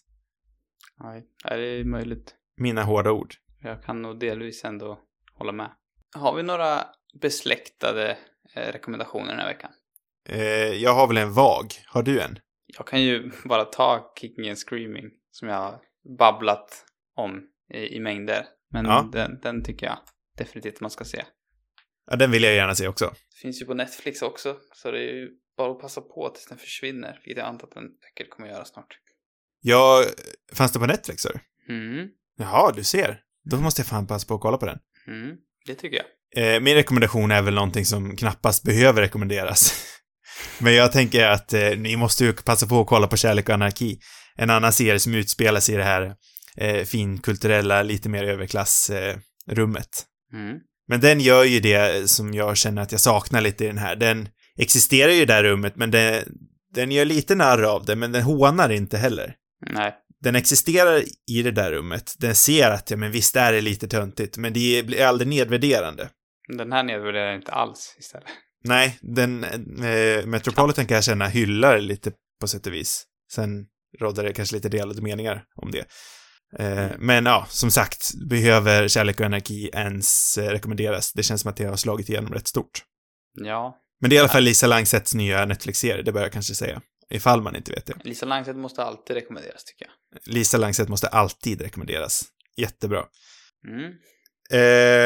Speaker 2: Nej, det är möjligt.
Speaker 1: Mina hårda ord.
Speaker 2: Jag kan nog delvis ändå hålla med. Har vi några besläktade eh, rekommendationer den här veckan?
Speaker 1: Eh, jag har väl en vag. Har du en?
Speaker 2: Jag kan ju bara ta Kicking and Screaming som jag har babblat om i, i mängder. Men
Speaker 1: Ja.
Speaker 2: den, den tycker jag definitivt man ska se.
Speaker 1: Ja, den vill jag gärna se också.
Speaker 2: Det finns ju på Netflix också. Så det är ju bara att passa på tills den försvinner. Vilket jag antar att den säkert kommer göra snart.
Speaker 1: Jag, fanns det på Netflix, så?
Speaker 2: Mm,
Speaker 1: Jaha, du ser. Då måste jag fan passa på att kolla på den.
Speaker 2: mm, det tycker jag.
Speaker 1: Eh, min rekommendation är väl någonting som knappast behöver rekommenderas. Men jag tänker att eh, ni måste ju passa på att kolla på Kärlek och anarki. En annan serie som utspelar sig i det här eh, finkulturella, lite mer överklassrummet. Eh, rummet.
Speaker 2: Mm.
Speaker 1: Men den gör ju det som jag känner att jag saknar lite i den här. Den existerar ju i det här rummet, men det, den gör lite narr av det, men den hånar inte heller.
Speaker 2: Nej.
Speaker 1: Den existerar i det där rummet. Den ser att, ja men visst är det lite töntigt, men det blir aldrig nedvärderande.
Speaker 2: Den här nedvärderar inte alls istället.
Speaker 1: Nej, den eh, Metropolitan kan jag känna hyllar lite på sätt och vis. Sen råder det kanske lite delade meningar om det. Eh, men ja, som sagt, behöver Kärlek och anarki ens eh, rekommenderas. Det känns som att det har slagit igenom rätt stort.
Speaker 2: Ja.
Speaker 1: Men det är i alla fall Lisa Langsetts nya Netflix-serie, det bör jag kanske säga. Ifall man inte vet det.
Speaker 2: Lisa Langset måste alltid rekommenderas tycker jag.
Speaker 1: Lisa Langsett måste alltid rekommenderas. Jättebra.
Speaker 2: Mm.
Speaker 1: Eh,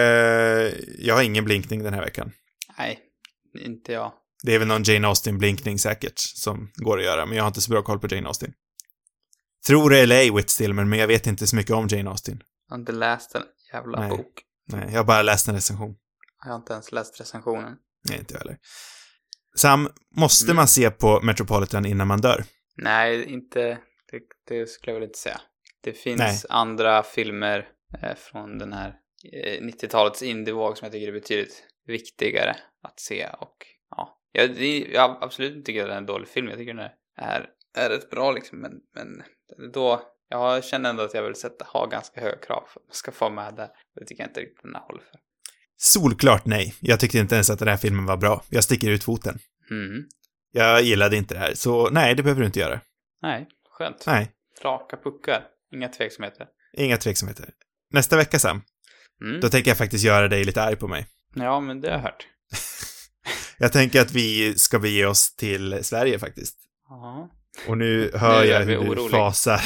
Speaker 1: jag har ingen blinkning den här veckan.
Speaker 2: Nej, inte jag.
Speaker 1: Det är väl någon Jane Austen-blinkning säkert som går att göra, men jag har inte så bra koll på Jane Austen. Tror det är Whitstillman, men jag vet inte så mycket om Jane Austen.
Speaker 2: Jag har inte läst en jävla
Speaker 1: Nej.
Speaker 2: bok.
Speaker 1: Nej, jag har bara läst en recension.
Speaker 2: Jag har inte ens läst recensionen.
Speaker 1: Nej, inte jag heller. Sam, måste
Speaker 2: Mm.
Speaker 1: man se på Metropolitan innan man dör?
Speaker 2: Nej, inte. Det, det skulle jag väl inte säga. Det finns
Speaker 1: Nej.
Speaker 2: andra filmer eh, från den här eh, nittiotalets indievåg som jag tycker är betydligt, viktigare att se. Och ja, jag, det, jag absolut inte tycker att det är en dålig film. Jag tycker den är, är rätt bra liksom. Men, men då, jag känner ändå att jag vill sätta, ha ganska höga krav för att man ska få med där. Det tycker jag inte riktigt den här håller för.
Speaker 1: Solklart nej. Jag tyckte inte ens att den här filmen var bra. Jag sticker ut foten.
Speaker 2: Mm.
Speaker 1: Jag gillade inte det här, så nej, det behöver du inte göra.
Speaker 2: Nej, skönt.
Speaker 1: Nej.
Speaker 2: Raka puckar. Inga tveksamheter.
Speaker 1: Inga tveksamheter. Nästa vecka, Sam,
Speaker 2: Mm.
Speaker 1: då tänker jag faktiskt göra dig lite arg på mig.
Speaker 2: Ja, men det har jag hört.
Speaker 1: Jag tänker att vi ska bege oss till Sverige faktiskt.
Speaker 2: Ja.
Speaker 1: Och nu hör
Speaker 2: Nu är
Speaker 1: jag
Speaker 2: vi
Speaker 1: hur du
Speaker 2: orolig.
Speaker 1: fasar.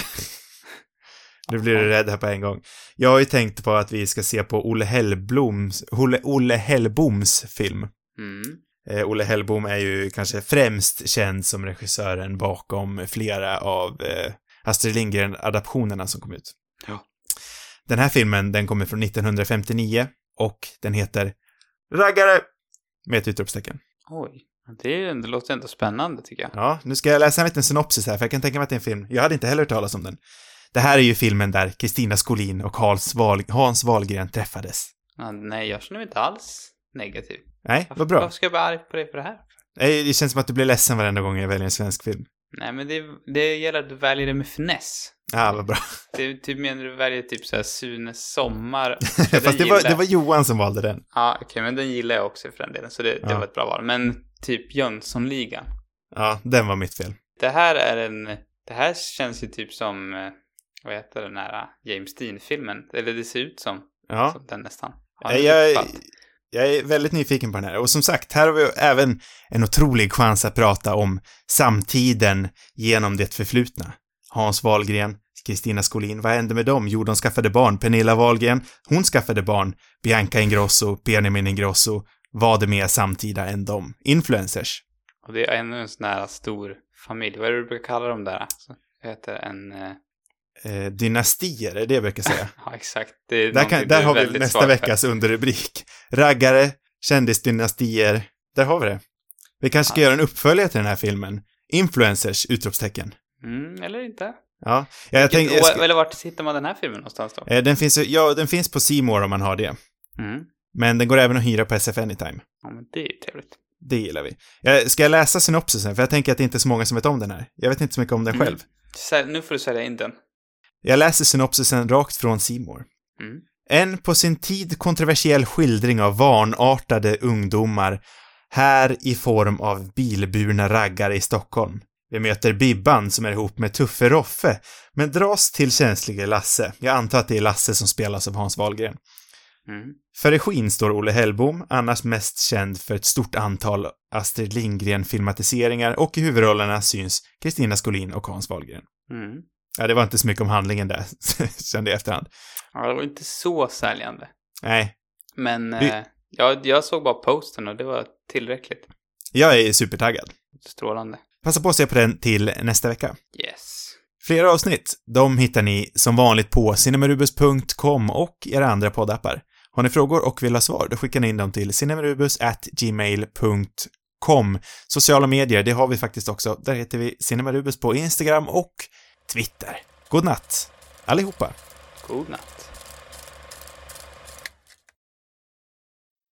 Speaker 1: Nu blir du rädd här på en gång. Jag har ju tänkt på att vi ska se på Olle Hellbloms, Olle, Olle Hellboms film.
Speaker 2: Mm.
Speaker 1: Eh, Olle Hellbom är ju kanske främst känd som regissören bakom flera av eh, Astrid Lindgren-adaptionerna som kom ut.
Speaker 2: Ja.
Speaker 1: Den här filmen, den kommer från nittonhundrafemtionio och den heter Raggare med ett utropstecken.
Speaker 2: Oj. Det, är, det låter ändå spännande tycker jag.
Speaker 1: Ja, nu ska jag läsa en liten synopsis här för jag kan tänka mig att det är en film. Jag hade inte heller hört talas om den. Det här är ju filmen där Kristina Skolin och Hans, Wahl- Hans Wahlgren träffades.
Speaker 2: Ja, nej, jag känner mig inte alls negativ.
Speaker 1: Nej,
Speaker 2: Varför,
Speaker 1: vad bra.
Speaker 2: varför ska jag bli arg på dig för det här?
Speaker 1: Nej, det känns som att du blir ledsen varenda gång jag väljer en svensk film.
Speaker 2: Nej, men det, det gäller att du väljer det med finess.
Speaker 1: Ja, vad bra.
Speaker 2: Det, typ menar du väljer typ såhär Sunes sommar.
Speaker 1: Fast det var, det var Johan som valde den.
Speaker 2: Ja, okej, okay, men den gillar jag också för den delen. Så det, det
Speaker 1: Ja.
Speaker 2: var ett bra val. Men typ Jönssonligan.
Speaker 1: Ja, den var mitt fel.
Speaker 2: Det här är en... Det här känns ju typ som... eh, Vad heter den här James Dean-filmen? Eller det ser ut som,
Speaker 1: Ja,
Speaker 2: som den nästan.
Speaker 1: jag, jag, jag är väldigt nyfiken på den här. Och som sagt, här har vi även en otrolig chans att prata om samtiden genom det förflutna. Hans Wahlgren, Kristina Skolin, vad hände med dem? Jo, de skaffade barn. Pernilla Wahlgren, hon skaffade barn. Bianca Ingrosso, Benjamin Ingrosso, var det mer samtida än dem? Influencers.
Speaker 2: Och det är ännu en sån här stor familj. Vad är det du brukar kalla dem där? Alltså, det heter en... Eh...
Speaker 1: Eh, dynastier, är det jag brukar säga.
Speaker 2: Ja, exakt. Det är
Speaker 1: Där, kan, där har vi nästa veckas underrubrik. Raggare, kändisdynastier. Där har vi det. Vi kanske ska
Speaker 2: Ja.
Speaker 1: göra en uppföljare till den här filmen. Influencers, utropstecken.
Speaker 2: Mm, eller inte.
Speaker 1: Ja, jag
Speaker 2: Vilket,
Speaker 1: tänkte... Jag ska,
Speaker 2: Eller vart hittar man den här filmen någonstans då?
Speaker 1: eh, den, finns, ja, den finns på C More om man har det.
Speaker 2: Mm.
Speaker 1: Men den går även att hyra på S F Anytime.
Speaker 2: Ja, men det är ju trevligt.
Speaker 1: Det gillar vi. Jag, ska jag läsa synopsisen? För jag tänker att det inte är så många som vet om den här. Jag vet inte så mycket om den
Speaker 2: Mm.
Speaker 1: själv.
Speaker 2: Så, nu får du sälja in den.
Speaker 1: Jag läser synopsisen rakt från C More.
Speaker 2: Mm.
Speaker 1: En på sin tid kontroversiell skildring av vanartade ungdomar, här i form av bilburna raggare i Stockholm. Vi möter Bibban som är ihop med Tuffe Roffe, men dras till känsliga Lasse. Jag antar att det är Lasse som spelas av Hans Wahlgren.
Speaker 2: Mm.
Speaker 1: För regin står Olle Hellbom, annars mest känd för ett stort antal Astrid Lindgren-filmatiseringar, och i huvudrollerna syns Kristina Skolin och Hans Wahlgren.
Speaker 2: Mm.
Speaker 1: Ja, det var inte så mycket om handlingen där, kände jag i efterhand.
Speaker 2: Ja, det var inte så säljande.
Speaker 1: Nej,
Speaker 2: Men
Speaker 1: Vi-
Speaker 2: eh, jag, jag såg bara posten och det var tillräckligt
Speaker 1: jag är supertaggad.
Speaker 2: strålande.
Speaker 1: Passa på att se på den till nästa vecka.
Speaker 2: Yes.
Speaker 1: Fler avsnitt, de hittar ni som vanligt på cinemarubus punkt com och era andra poddappar. Har ni frågor och vill ha svar, då skickar ni in dem till cinemarubus at gmail punkt com. Sociala medier, det har vi faktiskt också. Där heter vi Cinemarubus på Instagram och Twitter. God natt, allihopa.
Speaker 2: God natt.